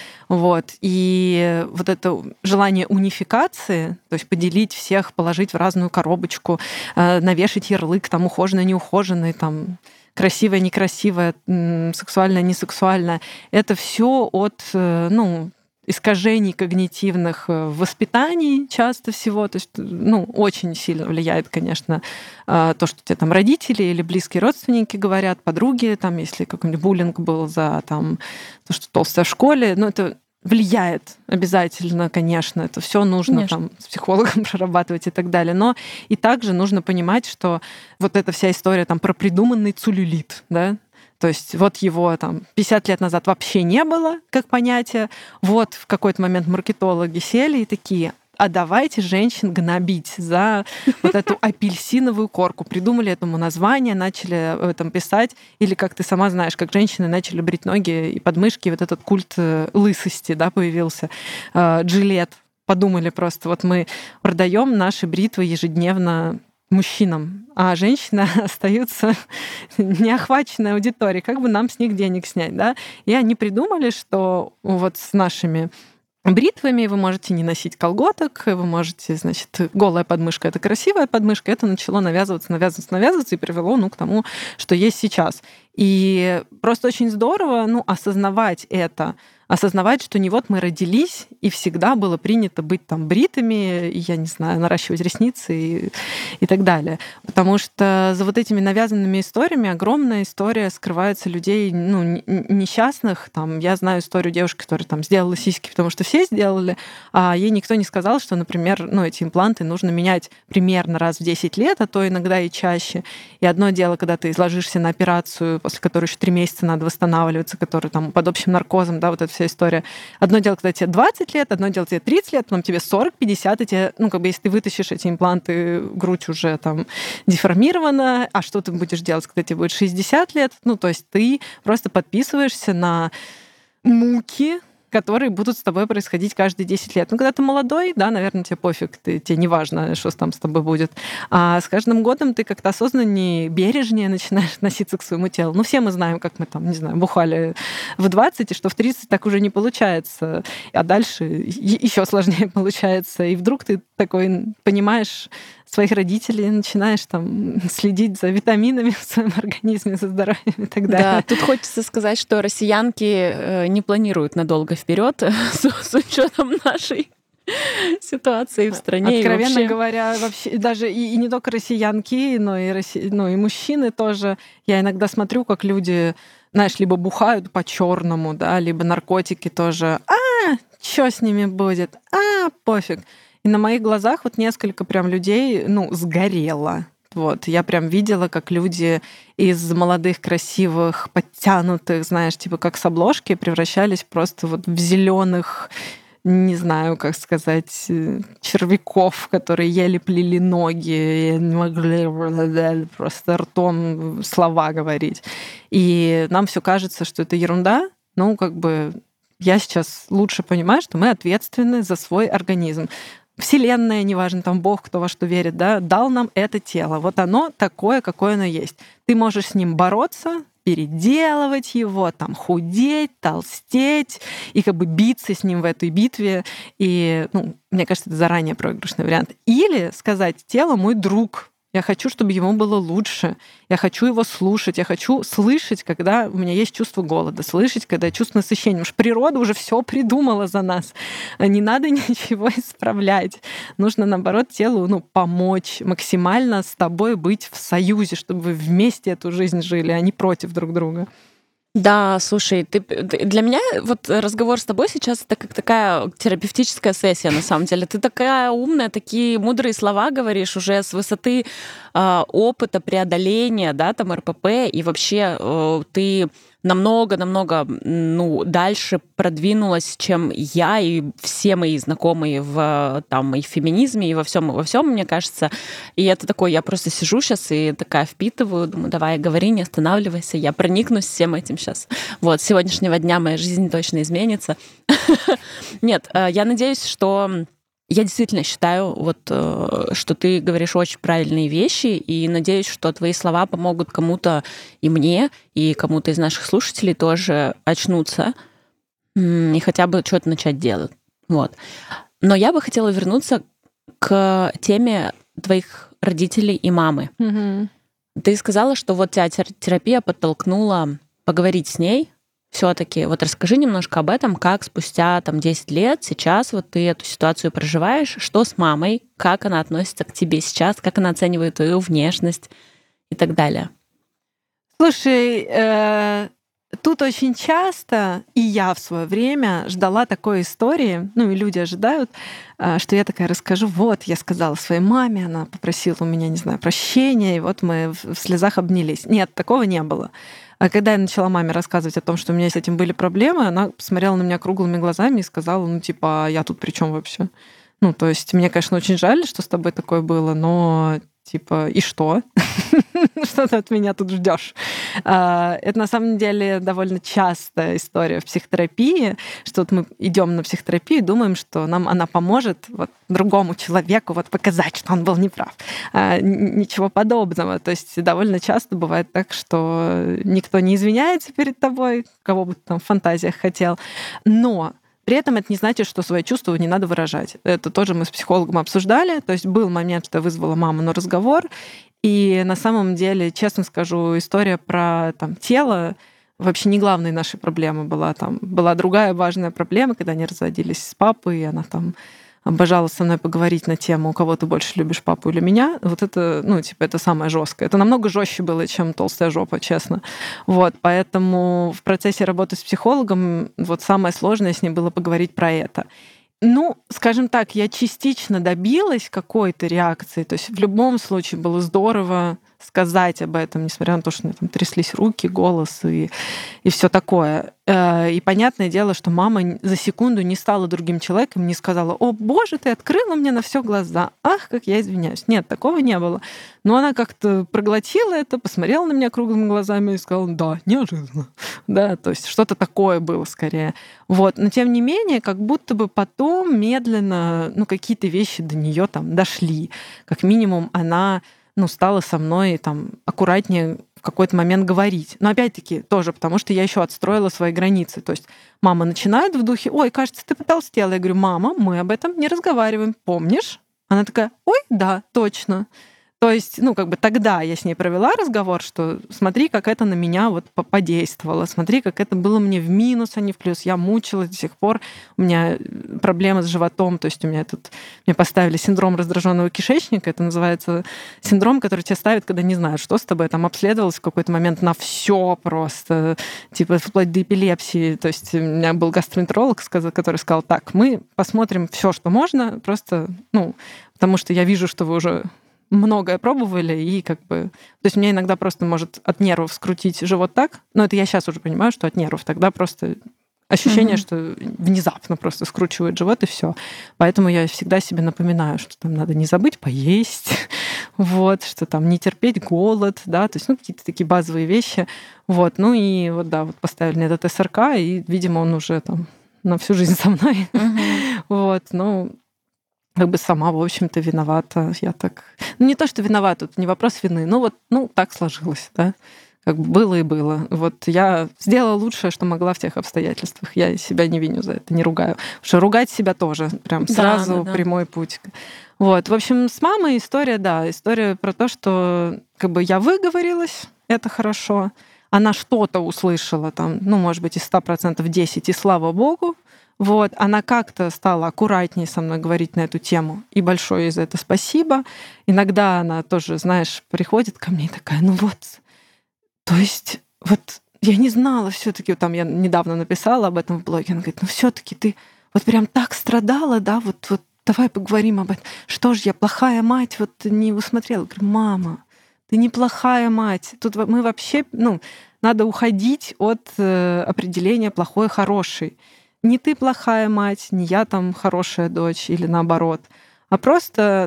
И это желание унификации, то есть поделить всех, положить в разную коробочку, навешать ярлык, ухоженное, неухоженное, красивое, некрасивое, сексуальное, несексуальное. Это все от, искажений когнитивных в воспитании часто всего. То есть, очень сильно влияет, конечно, то, что тебе родители или близкие родственники говорят, подруги, если какой-нибудь буллинг был за то, что толстая в школе. Это влияет обязательно, конечно. Это все нужно с психологом прорабатывать и так далее. Но и также нужно понимать, что эта вся история про придуманный целлюлит, да, то есть его 50 лет назад вообще не было как понятие. В какой-то момент маркетологи сели и такие: а давайте женщин гнобить за эту апельсиновую корку. Придумали этому название, начали об этом писать. Или, как ты сама знаешь, как женщины начали брить ноги и подмышки, этот культ лысости, появился. Джилет. Подумали просто, мы продаем наши бритвы ежедневно мужчинам, а женщины остаются неохваченной аудиторией. Как бы нам с них денег снять, да? И они придумали, что с нашими бритвами вы можете не носить колготок, вы можете, голая подмышка — это красивая подмышка. Это начало навязываться и привело, к тому, что есть сейчас. И просто очень здорово, осознавать это, осознавать, что не мы родились, и всегда было принято быть бритыми, и, я не знаю, наращивать ресницы и так далее. Потому что за этими навязанными историями огромная история скрывается людей, несчастных. Я знаю историю девушки, которая сделала сиськи, потому что все сделали, а ей никто не сказал, что, например, эти импланты нужно менять примерно раз в 10 лет, а то иногда и чаще. И одно дело, когда ты ложишься на операцию, после которой еще 3 месяца надо восстанавливаться, который под общим наркозом, эта вся история. Одно дело, когда тебе 20 лет, одно дело, тебе 30 лет, потом тебе 40, 50, и тебе, если ты вытащишь эти импланты, грудь уже деформирована, а что ты будешь делать, когда тебе будет 60 лет? То есть ты просто подписываешься на муки, которые будут с тобой происходить каждые 10 лет. Ну, когда ты молодой, да, наверное, тебе пофиг, тебе не важно, что там с тобой будет. А с каждым годом ты как-то осознаннее, бережнее начинаешь относиться к своему телу. Ну, все мы знаем, как мы там, не знаю, бухали в 20, и что в 30 так уже не получается. А дальше еще сложнее получается. И вдруг ты такой понимаешь своих родителей, начинаешь там следить за витаминами в своем организме, за здоровьем и так далее. Да, тут хочется сказать, что россиянки не планируют надолго вперед с учетом нашей ситуации в стране. Откровенно говоря, вообще даже и не только россиянки, но и мужчины тоже. Я иногда смотрю, как люди, знаешь, либо бухают по-черному, да, либо наркотики тоже. Что с ними будет? Пофиг. И на моих глазах вот несколько прям людей, сгорело. Вот, я прям видела, как люди из молодых, красивых, подтянутых, знаешь, типа как с обложки, превращались просто вот в зеленых, не знаю, как сказать, червяков, которые еле плели ноги, и не могли просто ртом слова говорить. И нам все кажется, что это ерунда. Я сейчас лучше понимаю, что мы ответственны за свой организм. Вселенная, неважно, там Бог, кто во что верит, да, дал нам это тело. Вот оно такое, какое оно есть. Ты можешь с ним бороться, переделывать его, там, худеть, толстеть и как бы биться с ним в этой битве. И, мне кажется, это заранее проигрышный вариант. Или сказать: тело мой друг. Я хочу, чтобы ему было лучше. Я хочу его слушать. Я хочу слышать, когда у меня есть чувство голода, слышать, когда я чувствую насыщение. Потому что природа уже все придумала за нас. Не надо ничего исправлять. Нужно, наоборот, телу помочь максимально с тобой быть в союзе, чтобы вы вместе эту жизнь жили, а не против друг друга. Да, слушай, для меня вот разговор с тобой сейчас это как такая терапевтическая сессия, на самом деле. Ты такая умная, такие мудрые слова говоришь уже с высоты опыта преодоления, да, там РПП, и вообще ты намного дальше продвинулась, чем я и все мои знакомые и в феминизме, и во всем, мне кажется. И это такое, я просто сижу сейчас и такая впитываю, думаю, давай, говори, не останавливайся, я проникнусь всем этим сейчас. Вот, с сегодняшнего дня моя жизнь точно изменится. Нет, я надеюсь, что... Я действительно считаю, что ты говоришь очень правильные вещи, и надеюсь, что твои слова помогут кому-то и мне, и кому-то из наших слушателей тоже очнуться и хотя бы что-то начать делать. Вот. Но я бы хотела вернуться к теме твоих родителей и мамы. Mm-hmm. Ты сказала, что вот тебя терапия подтолкнула поговорить с ней. Все-таки вот расскажи немножко об этом, как спустя 10 лет сейчас вот ты эту ситуацию проживаешь, что с мамой, как она относится к тебе сейчас, как она оценивает твою внешность и так далее. Слушай, тут очень часто, и я в свое время ждала такой истории, и люди ожидают, что я такая расскажу, вот, я сказала своей маме, она попросила у меня, не знаю, прощения, и вот мы в слезах обнялись. Нет, такого не было. А когда я начала маме рассказывать о том, что у меня с этим были проблемы, она посмотрела на меня круглыми глазами и сказала, а я тут при чем вообще? То есть мне, конечно, очень жаль, что с тобой такое было, но и что? Что ты от меня тут ждешь? Это на самом деле довольно частая история в психотерапии, что мы идем на психотерапию и думаем, что нам она поможет другому человеку показать, что он был неправ. Ничего подобного. То есть довольно часто бывает так, что никто не извиняется перед тобой, кого бы ты там в фантазиях хотел, но при этом это не значит, что свои чувства не надо выражать. Это тоже мы с психологом обсуждали. То есть был момент, что я вызвала маму на разговор, и на самом деле, честно скажу, история про тело вообще не главной нашей проблемой была. Была другая важная проблема, когда они разводились с папой, и она обожала со мной поговорить на тему, кого ты больше любишь, папу или меня. Вот это, это самое жесткое. Это намного жестче было, чем толстая жопа, честно. Поэтому в процессе работы с психологом самое сложное с ней было поговорить про это. Скажем так, я частично добилась какой-то реакции. То есть в любом случае было здорово сказать об этом, несмотря на то, что у меня там тряслись руки, голос и все такое. И понятное дело, что мама за секунду не стала другим человеком, не сказала: «О, Боже, ты открыла мне на все глаза. Ах, как я извиняюсь». Нет, такого не было. Но она как-то проглотила это, посмотрела на меня круглыми глазами и сказала: «Да, неожиданно». Да, то есть что-то такое было скорее. Вот. Но тем не менее, как будто бы потом медленно, какие-то вещи до нее там дошли. Как минимум, она, стала со мной там аккуратнее в какой-то момент говорить. Но опять-таки тоже, потому что я еще отстроила свои границы. То есть мама начинает в духе: «Ой, кажется, ты потолстела». Я говорю: «Мама, мы об этом не разговариваем, помнишь?» Она такая: «Ой, да, точно». То есть, тогда я с ней провела разговор, что смотри, как это на меня вот подействовало, смотри, как это было мне в минус, а не в плюс. Я мучилась до сих пор, у меня проблемы с животом, то есть мне поставили синдром раздраженного кишечника, это называется синдром, который тебя ставят, когда не знают, что с тобой, там обследовалась в какой-то момент на все просто, типа вплоть до эпилепсии. То есть у меня был гастроэнтеролог, который сказал: «Так, мы посмотрим все, что можно, просто, потому что я вижу, что вы уже многое пробовали, и То есть меня иногда просто может от нервов скрутить живот так, но это я сейчас уже понимаю, что от нервов. Тогда просто ощущение, что внезапно просто скручивает живот, и все. Поэтому я всегда себе напоминаю, что там надо не забыть поесть, вот, что там не терпеть голод, да, то есть, какие-то такие базовые вещи. Вот, поставили мне этот СРК, и, видимо, он уже там на всю жизнь со мной. Вот, сама, в общем-то, виновата. Я так... не то, что виновата, это не вопрос вины, так сложилось, да. Было и было. Вот я сделала лучшее, что могла в тех обстоятельствах. Я себя не виню за это, не ругаю. Потому что ругать себя тоже прям сразу прямой путь. Вот. В общем, с мамой история про то, что я выговорилась, это хорошо. Она что-то услышала, там, может быть, из 100% 10, и слава богу. Вот, она как-то стала аккуратнее со мной говорить на эту тему. И большое ей за это спасибо. Иногда она тоже, знаешь, приходит ко мне и такая: то есть, я не знала все-таки, там я недавно написала об этом в блоге, она говорит: все-таки ты вот прям так страдала, да, вот давай поговорим об этом. Что ж, я плохая мать, не усмотрела. Я говорю: мама, ты не плохая мать. Тут мы вообще, надо уходить от определения плохой, хороший. Не ты плохая мать, не я там хорошая дочь или наоборот, а просто,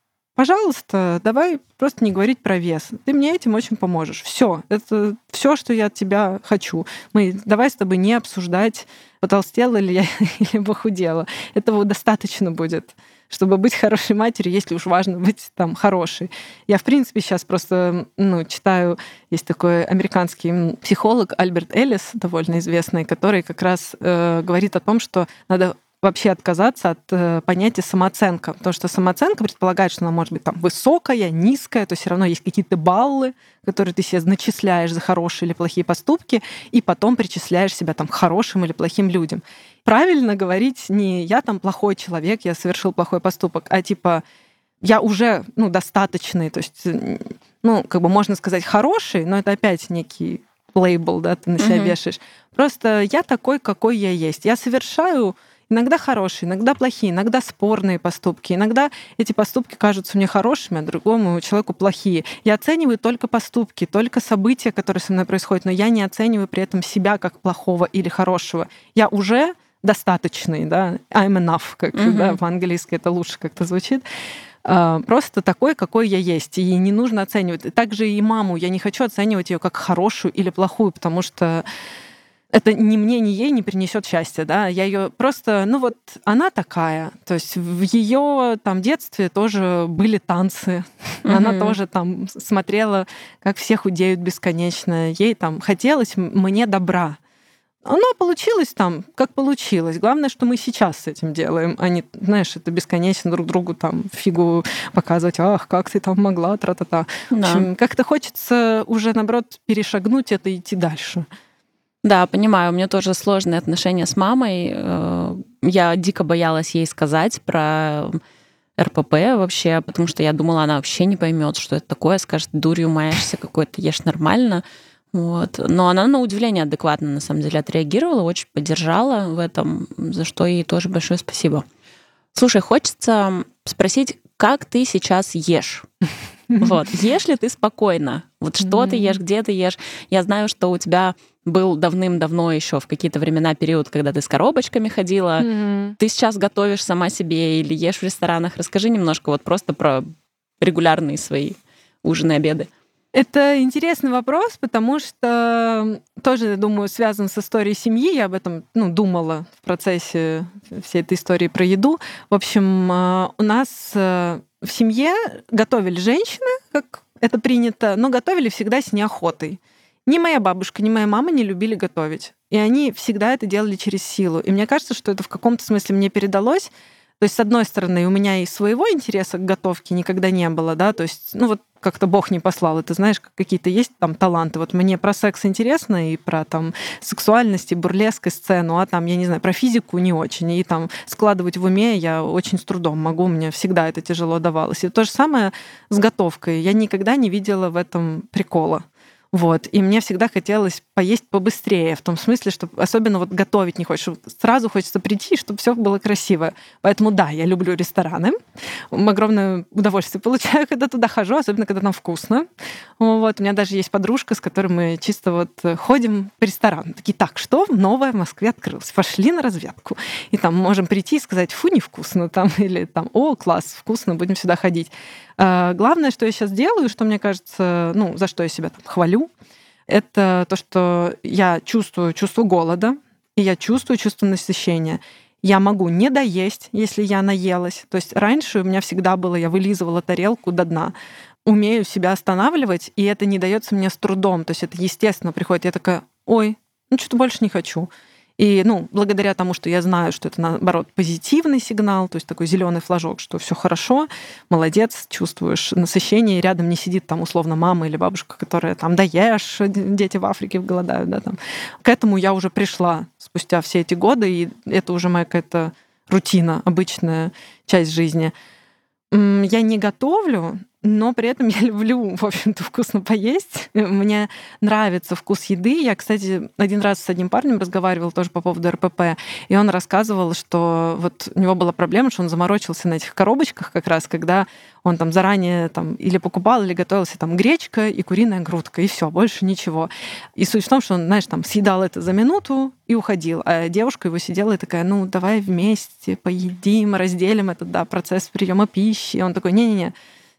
пожалуйста, давай просто не говорить про вес. Ты мне этим очень поможешь. Все, это все, что я от тебя хочу. Давай с тобой не обсуждать, потолстела ли я или похудела. Этого достаточно будет, чтобы быть хорошей матерью, если уж важно быть там хорошей. Я, в принципе, сейчас просто читаю, есть такой американский психолог Альберт Эллис, довольно известный, который как раз говорит о том, что надо вообще отказаться от понятия самооценка. Потому что самооценка предполагает, что она может быть там высокая, низкая, то все равно есть какие-то баллы, которые ты себе начисляешь за хорошие или плохие поступки, и потом причисляешь себя там к хорошим или плохим людям. Правильно говорить не «я там плохой человек, я совершил плохой поступок», а типа «я уже достаточный». То есть, можно сказать «хороший», но это опять некий лейбл, да, ты на себя вешаешь. Просто я такой, какой я есть. Я совершаю иногда хорошие, иногда плохие, иногда спорные поступки. Иногда эти поступки кажутся мне хорошими, а другому человеку плохие. Я оцениваю только поступки, только события, которые со мной происходят, но я не оцениваю при этом себя как плохого или хорошего. Я уже достаточный, да, I'm enough, как да, по-английски это лучше как-то звучит. Просто такой, какой я есть. И не нужно оценивать. Также и маму. Я не хочу оценивать ее как хорошую или плохую, потому что это ни мне, ни ей не принесет счастья, да. Я ее просто, она такая. То есть в ее там детстве тоже были танцы. Она тоже там смотрела, как все худеют бесконечно. Ей там хотелось мне добра. Оно получилось там, как получилось. Главное, что мы сейчас с этим делаем, а не, знаешь, это бесконечно друг другу там фигу показывать. Ах, как ты там могла, тра-та-та. Да. В общем, как-то хочется уже, наоборот, перешагнуть это и идти дальше. Да, понимаю, у меня тоже сложные отношения с мамой. Я дико боялась ей сказать про РПП вообще, потому что я думала, она вообще не поймет, что это такое, скажет: дурью маешься какой-то, ешь нормально. Вот. Но она, на удивление, адекватно, на самом деле, отреагировала, очень поддержала в этом, за что ей тоже большое спасибо. Слушай, хочется спросить, как ты сейчас ешь? Вот. Ешь ли ты спокойно? Вот что ты ешь, где ты ешь? Я знаю, что у тебя был давным-давно еще в какие-то времена период, когда ты с коробочками ходила. Ты сейчас готовишь сама себе или ешь в ресторанах? Расскажи немножко вот просто про регулярные свои ужины, обеды. Это интересный вопрос, потому что тоже, я думаю, связан с историей семьи. Я об этом думала в процессе всей этой истории про еду. В общем, у нас в семье готовили женщины, как это принято, но готовили всегда с неохотой. Ни моя бабушка, ни моя мама не любили готовить. И они всегда это делали через силу. И мне кажется, что это в каком-то смысле мне передалось. То есть, с одной стороны, у меня и своего интереса к готовке никогда не было, да, то есть, вот как-то Бог не послал, и ты знаешь, какие-то есть там таланты. Вот мне про секс интересно, и про там сексуальность, и бурлеск, и сцену, а там, я не знаю, про физику не очень, и там складывать в уме я очень с трудом могу, мне всегда это тяжело давалось. И то же самое с готовкой. Я никогда не видела в этом прикола. Вот. И мне всегда хотелось поесть побыстрее, в том смысле, что особенно вот готовить не хочешь. Сразу хочется прийти, чтобы все было красиво. Поэтому да, я люблю рестораны. Огромное удовольствие получаю, когда туда хожу, особенно когда там вкусно. Вот. У меня даже есть подружка, с которой мы чисто вот ходим в ресторан. Такие, так, что новое в Москве открылось? Пошли на разведку. И там можем прийти и сказать, фу, невкусно. Там, или там, о, класс, вкусно, будем сюда ходить. Главное, что я сейчас делаю, что мне кажется, за что я себя там хвалю, это то, что я чувствую чувство голода, и я чувствую чувство насыщения. Я могу не доесть, если я наелась. То есть раньше у меня всегда было, я вылизывала тарелку до дна. Умею себя останавливать, и это не дается мне с трудом. То есть это естественно приходит. Я такая, ой, что-то больше не хочу. И, благодаря тому, что я знаю, что это, наоборот, позитивный сигнал, то есть такой зеленый флажок, что все хорошо, молодец, чувствуешь насыщение, и рядом не сидит там условно мама или бабушка, которая там, да ешь, дети в Африке голодают, да, там. К этому я уже пришла спустя все эти годы, и это уже моя какая-то рутина, обычная часть жизни. Я не готовлю, но при этом я люблю, в общем-то, вкусно поесть. Мне нравится вкус еды. Я, кстати, один раз с одним парнем разговаривала тоже по поводу РПП, и он рассказывал, что вот у него была проблема, что он заморочился на этих коробочках как раз, когда он там заранее там или покупал, или готовился там гречка и куриная грудка, и все, больше ничего. И суть в том, что он, знаешь, там съедал это за минуту и уходил. А девушка его сидела и такая, давай вместе поедим, разделим этот, процесс приема пищи. И он такой, не-не-не,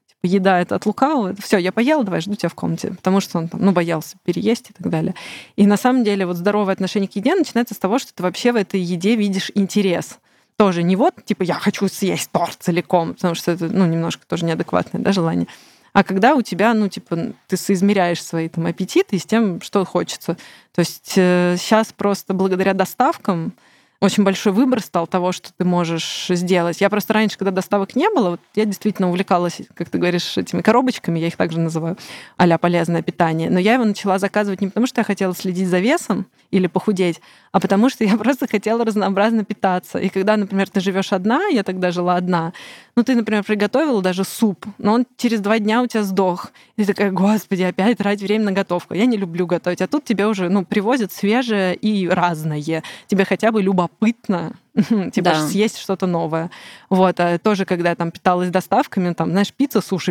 еда это от лукавого, все, я поела, давай, жду тебя в комнате, потому что он там, боялся переесть и так далее. И на самом деле вот здоровое отношение к еде начинается с того, что ты вообще в этой еде видишь интерес. Тоже не вот, типа, я хочу съесть торт целиком, потому что это, немножко тоже неадекватное, да, желание. А когда у тебя, ты соизмеряешь свои там аппетиты с тем, что хочется. То есть сейчас просто благодаря доставкам очень большой выбор стал того, что ты можешь сделать. Я просто раньше, когда доставок не было, вот я действительно увлекалась, как ты говоришь, этими коробочками, я их также называю, а-ля полезное питание. Но я его начала заказывать не потому, что я хотела следить за весом или похудеть, а потому что я просто хотела разнообразно питаться. И когда, например, ты живешь одна, я тогда жила одна, ты, например, приготовила даже суп, но он через 2 дня у тебя сдох. И ты такая, господи, опять тратить время на готовку. Я не люблю готовить. А тут тебе уже привозят свежее и разное. Тебе хотя бы любопытно типа съесть что-то новое. Вот. А тоже, когда я там питалась доставками, там, знаешь, пицца, суши,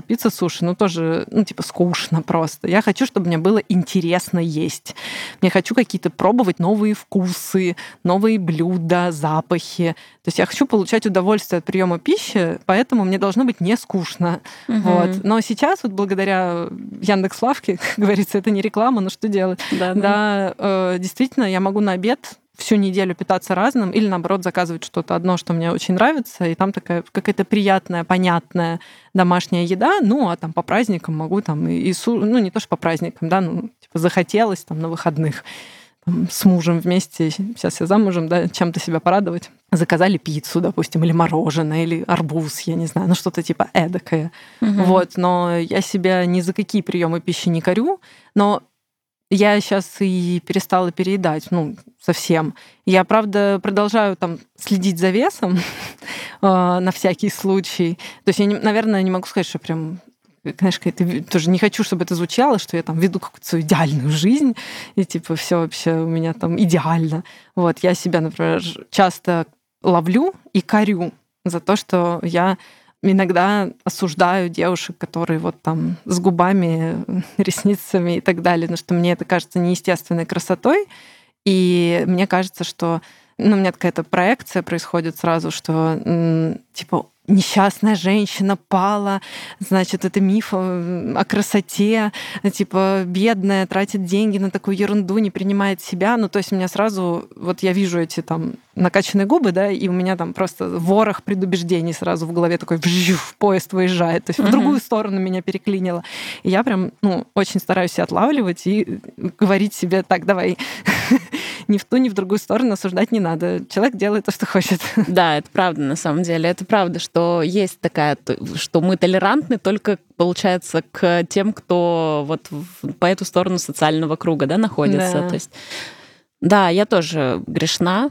тоже, скучно просто. Я хочу, чтобы мне было интересно есть. Я хочу какие-то пробовать новые вкусы, новые блюда, запахи. То есть я хочу получать удовольствие от приема пищи, поэтому мне должно быть не скучно. Вот. Но сейчас вот благодаря Яндекс.Лавке, как говорится, это не реклама, но что делать? Действительно, я могу на обед всю неделю питаться разным или, наоборот, заказывать что-то одно, что мне очень нравится, и там такая какая-то приятная, понятная домашняя еда, а там по праздникам могу там не то, что по праздникам, да, захотелось там на выходных там, с мужем вместе, сейчас я замужем, да, чем-то себя порадовать. Заказали пиццу, допустим, или мороженое, или арбуз, я не знаю, что-то типа эдакое. Вот, но я себя ни за какие приемы пищи не корю, но я сейчас и перестала переедать, совсем. Я, правда, продолжаю там следить за весом на всякий случай. То есть я, наверное, не могу сказать, что прям, знаешь, тоже не хочу, чтобы это звучало, что я там веду какую-то свою идеальную жизнь, и типа все вообще у меня там идеально. Вот, я себя, например, часто ловлю и корю за то, что я иногда осуждаю девушек, которые вот там с губами, ресницами и так далее, потому что мне это кажется неестественной красотой. И мне кажется, что у меня какая-то проекция происходит сразу, что типа несчастная женщина пала, значит, это миф о красоте, типа бедная, тратит деньги на такую ерунду, не принимает себя. Ну, то есть у меня сразу, вот я вижу эти там накачанные губы, да, и у меня там просто ворох предубеждений сразу в голове такой поезд выезжает, то есть в другую сторону меня переклинило. И я прям, очень стараюсь себя отлавливать и говорить себе: так, давай, ни в ту, ни в другую сторону осуждать не надо. Человек делает то, что хочет. Да, это правда, на самом деле. Это правда, что есть такая, что мы толерантны только, получается, к тем, кто вот по эту сторону социального круга, да, находится. Да. То есть, да, я тоже грешна,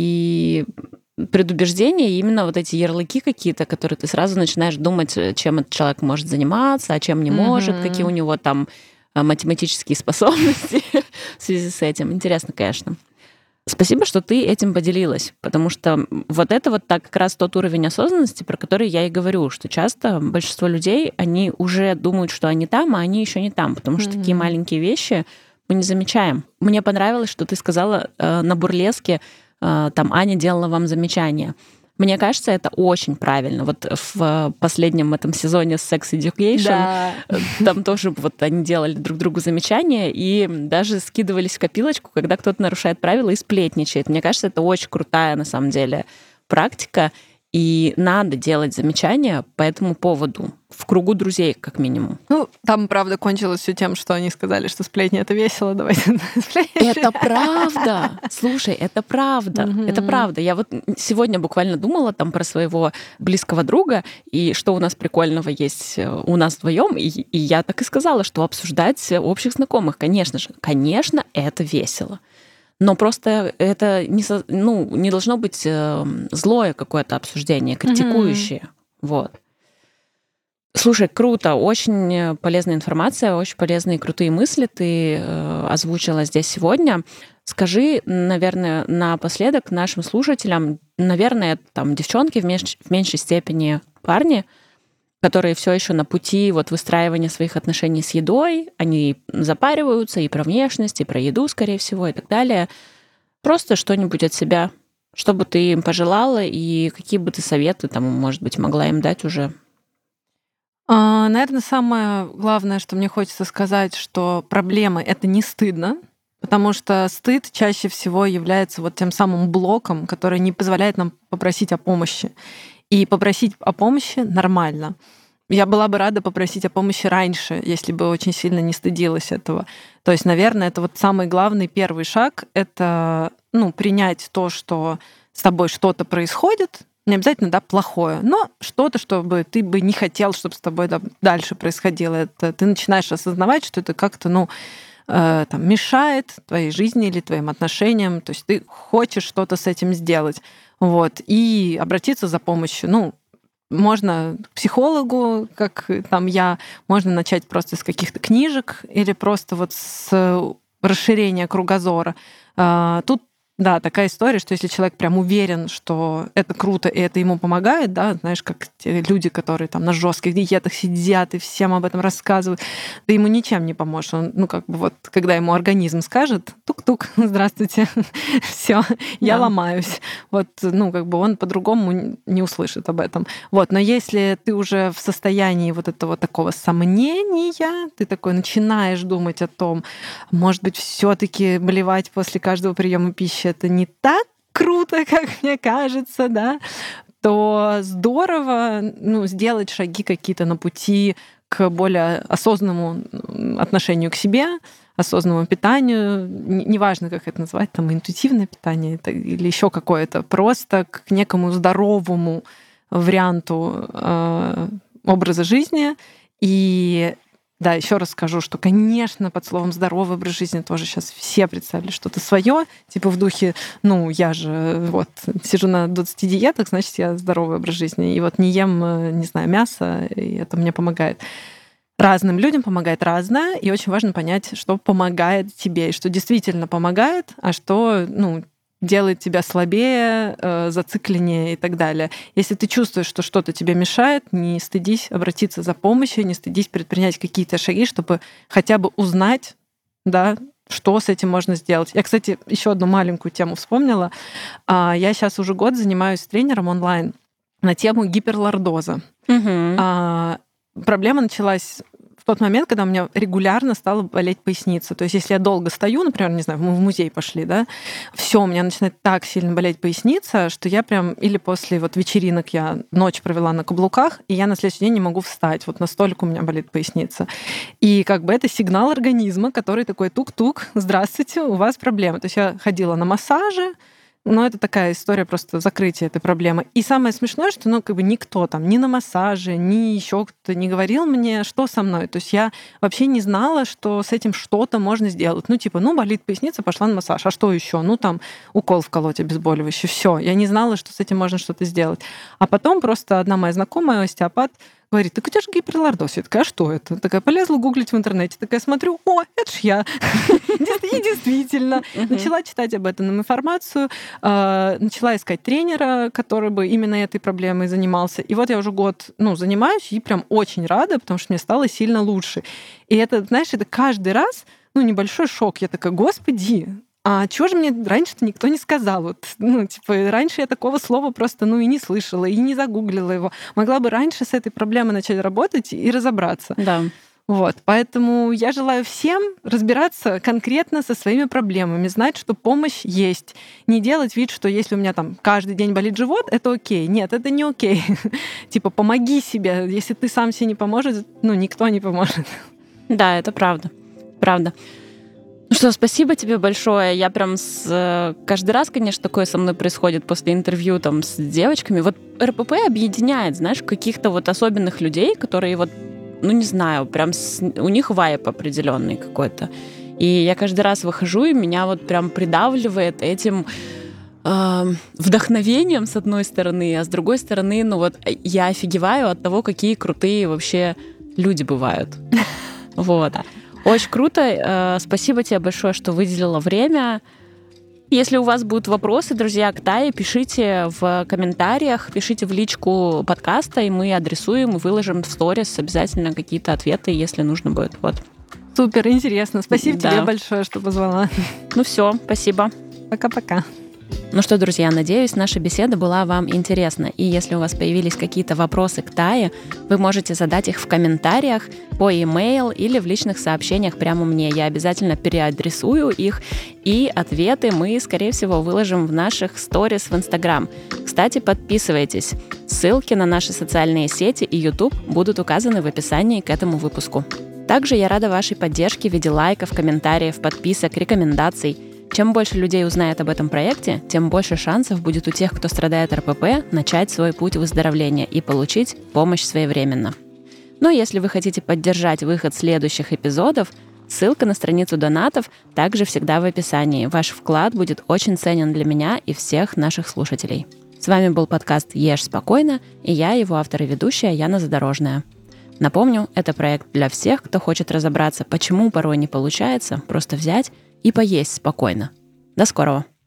и предубеждения, именно вот эти ярлыки какие-то, которые ты сразу начинаешь думать, чем этот человек может заниматься, а чем не может, какие у него там математические способности в связи с этим. Интересно, конечно. Спасибо, что ты этим поделилась, потому что вот это вот так как раз тот уровень осознанности, про который я и говорю, что часто большинство людей, они уже думают, что они там, а они еще не там, потому что такие маленькие вещи мы не замечаем. Мне понравилось, что ты сказала на бурлеске, там Аня делала вам замечания. Мне кажется, это очень правильно. Вот в последнем этом сезоне Sex Education Да. там тоже вот они делали друг другу замечания и даже скидывались в копилочку, когда кто-то нарушает правила и сплетничает. Мне кажется, это очень крутая на самом деле практика, и надо делать замечания по этому поводу в кругу друзей, как минимум. Там, правда, кончилось все тем, что они сказали, что сплетни — это весело, давайте сплетни. Это правда! Слушай, это правда. Это правда. Я вот сегодня буквально думала там про своего близкого друга, и что у нас прикольного есть у нас вдвоем, и я так и сказала, что обсуждать общих знакомых, конечно же. Конечно, это весело. Но просто это не должно быть злое какое-то обсуждение, критикующее. Вот. Слушай, круто, очень полезная информация, очень полезные и крутые мысли ты озвучила здесь сегодня. Скажи, наверное, напоследок нашим слушателям, наверное, там девчонки, в меньшей степени парни, которые все еще на пути вот выстраивания своих отношений с едой, они запариваются и про внешность, и про еду, скорее всего, и так далее. Просто что-нибудь от себя, что бы ты им пожелала, и какие бы ты советы, там, может быть, могла им дать уже? Наверное, самое главное, что мне хочется сказать, что проблемы — это не стыдно, потому что стыд чаще всего является вот тем самым блоком, который не позволяет нам попросить о помощи. И попросить о помощи нормально. Я была бы рада попросить о помощи раньше, если бы очень сильно не стыдилась этого. То есть, наверное, это вот самый главный первый шаг — это принять то, что с тобой что-то происходит, не обязательно, да, плохое, но что-то, чтобы ты бы не хотел, чтобы с тобой дальше происходило. Это ты начинаешь осознавать, что это как-то, мешает твоей жизни или твоим отношениям. То есть ты хочешь что-то с этим сделать. Вот, и обратиться за помощью. Можно к психологу, как там я, можно начать просто с каких-то книжек или просто вот с расширения кругозора. Тут, да, такая история, что если человек прям уверен, что это круто и это ему помогает, да, знаешь, как те люди, которые там на жестких диетах сидят и всем об этом рассказывают, да ему ничем не поможет. Он, когда ему организм скажет: тук-тук, здравствуйте, все, я ломаюсь. Вот, он по-другому не услышит об этом. Вот, но если ты уже в состоянии вот этого такого сомнения, ты такой начинаешь думать о том, может быть, все-таки блевать после каждого приема пищи — это не так круто, как мне кажется, да, то здорово сделать шаги какие-то на пути к более осознанному отношению к себе, осознанному питанию, неважно, как это назвать, там интуитивное питание или еще какое-то, просто к некому здоровому варианту образа жизни. И да, еще раз скажу, что, конечно, под словом «здоровый образ жизни» тоже сейчас все представили что-то свое, типа в духе: я же вот сижу на 20 диетах, значит, я здоровый образ жизни, и вот не ем, не знаю, мясо, и это мне помогает. Разным людям помогает разное, и очень важно понять, что помогает тебе, и что действительно помогает, а что, делает тебя слабее, зацикленнее и так далее. Если ты чувствуешь, что что-то тебе мешает, не стыдись обратиться за помощью, не стыдись предпринять какие-то шаги, чтобы хотя бы узнать, да, что с этим можно сделать. Я, кстати, еще одну маленькую тему вспомнила. Я сейчас уже год занимаюсь тренером онлайн на тему гиперлордоза. Проблема началась в тот момент, когда у меня регулярно стала болеть поясница. То есть если я долго стою, например, не знаю, мы в музей пошли, да, все, у меня начинает так сильно болеть поясница, что я прям, или после вот вечеринок я ночь провела на каблуках, и я на следующий день не могу встать. Вот настолько у меня болит поясница. И как бы это сигнал организма, который такой тук-тук, здравствуйте, у вас проблемы. То есть я ходила на массажи, но это такая история просто закрытия этой проблемы. И самое смешное, что никто там ни на массаже, ни еще кто-то не говорил мне, что со мной. То есть я вообще не знала, что с этим что-то можно сделать. Болит поясница, пошла на массаж. А что еще? Укол вколоть обезболивающий. Все. Я не знала, что с этим можно что-то сделать. А потом просто одна моя знакомая, остеопат, говорит, так у тебя же гиперлордоз. Я такая, а что это? Такая полезла гуглить в интернете. Такая смотрю, это ж я. И действительно. Начала читать об этом информацию, начала искать тренера, который бы именно этой проблемой занимался. И вот я уже год занимаюсь и прям очень рада, потому что мне стало сильно лучше. И это, знаешь, это каждый раз небольшой шок. Я такая, господи, а чего же мне раньше-то никто не сказал? Раньше я такого слова просто, и не слышала, и не загуглила его. Могла бы раньше с этой проблемой начать работать и разобраться. Да. Вот. Поэтому я желаю всем разбираться конкретно со своими проблемами, знать, что помощь есть. Не делать вид, что если у меня там каждый день болит живот, это окей. Нет, это не окей. Помоги себе. Если ты сам себе не поможешь, никто не поможет. Да, это правда. Правда. Ну что, спасибо тебе большое. Я прям каждый раз, конечно, такое со мной происходит после интервью там с девочками. Вот РПП объединяет, знаешь, каких-то вот особенных людей, которые вот, не знаю, прям у них вайб определенный какой-то. И я каждый раз выхожу, и меня вот прям придавливает этим вдохновением, с одной стороны, а с другой стороны, я офигеваю от того, какие крутые вообще люди бывают. Вот. Очень круто. Спасибо тебе большое, что выделила время. Если у вас будут вопросы, друзья, к Тае, пишите в комментариях, пишите в личку подкаста, и мы адресуем и выложим в сторис обязательно какие-то ответы, если нужно будет. Вот. Супер, интересно. Спасибо тебе большое, что позвала. Все, спасибо. Пока-пока. Ну что, друзья, надеюсь, наша беседа была вам интересна. И если у вас появились какие-то вопросы к Тае, вы можете задать их в комментариях, по e-mail или в личных сообщениях прямо мне. Я обязательно переадресую их, и ответы мы, скорее всего, выложим в наших сторис в Instagram. Кстати, подписывайтесь. Ссылки на наши социальные сети и YouTube будут указаны в описании к этому выпуску. Также я рада вашей поддержке в виде лайков, комментариев, подписок, рекомендаций. Чем больше людей узнает об этом проекте, тем больше шансов будет у тех, кто страдает РПП, начать свой путь выздоровления и получить помощь своевременно. Но если вы хотите поддержать выход следующих эпизодов, ссылка на страницу донатов также всегда в описании. Ваш вклад будет очень ценен для меня и всех наших слушателей. С вами был подкаст «Ешь спокойно», и я, его автор и ведущая Яна Задорожная. Напомню, это проект для всех, кто хочет разобраться, почему порой не получается просто взять и поесть спокойно. До скорого!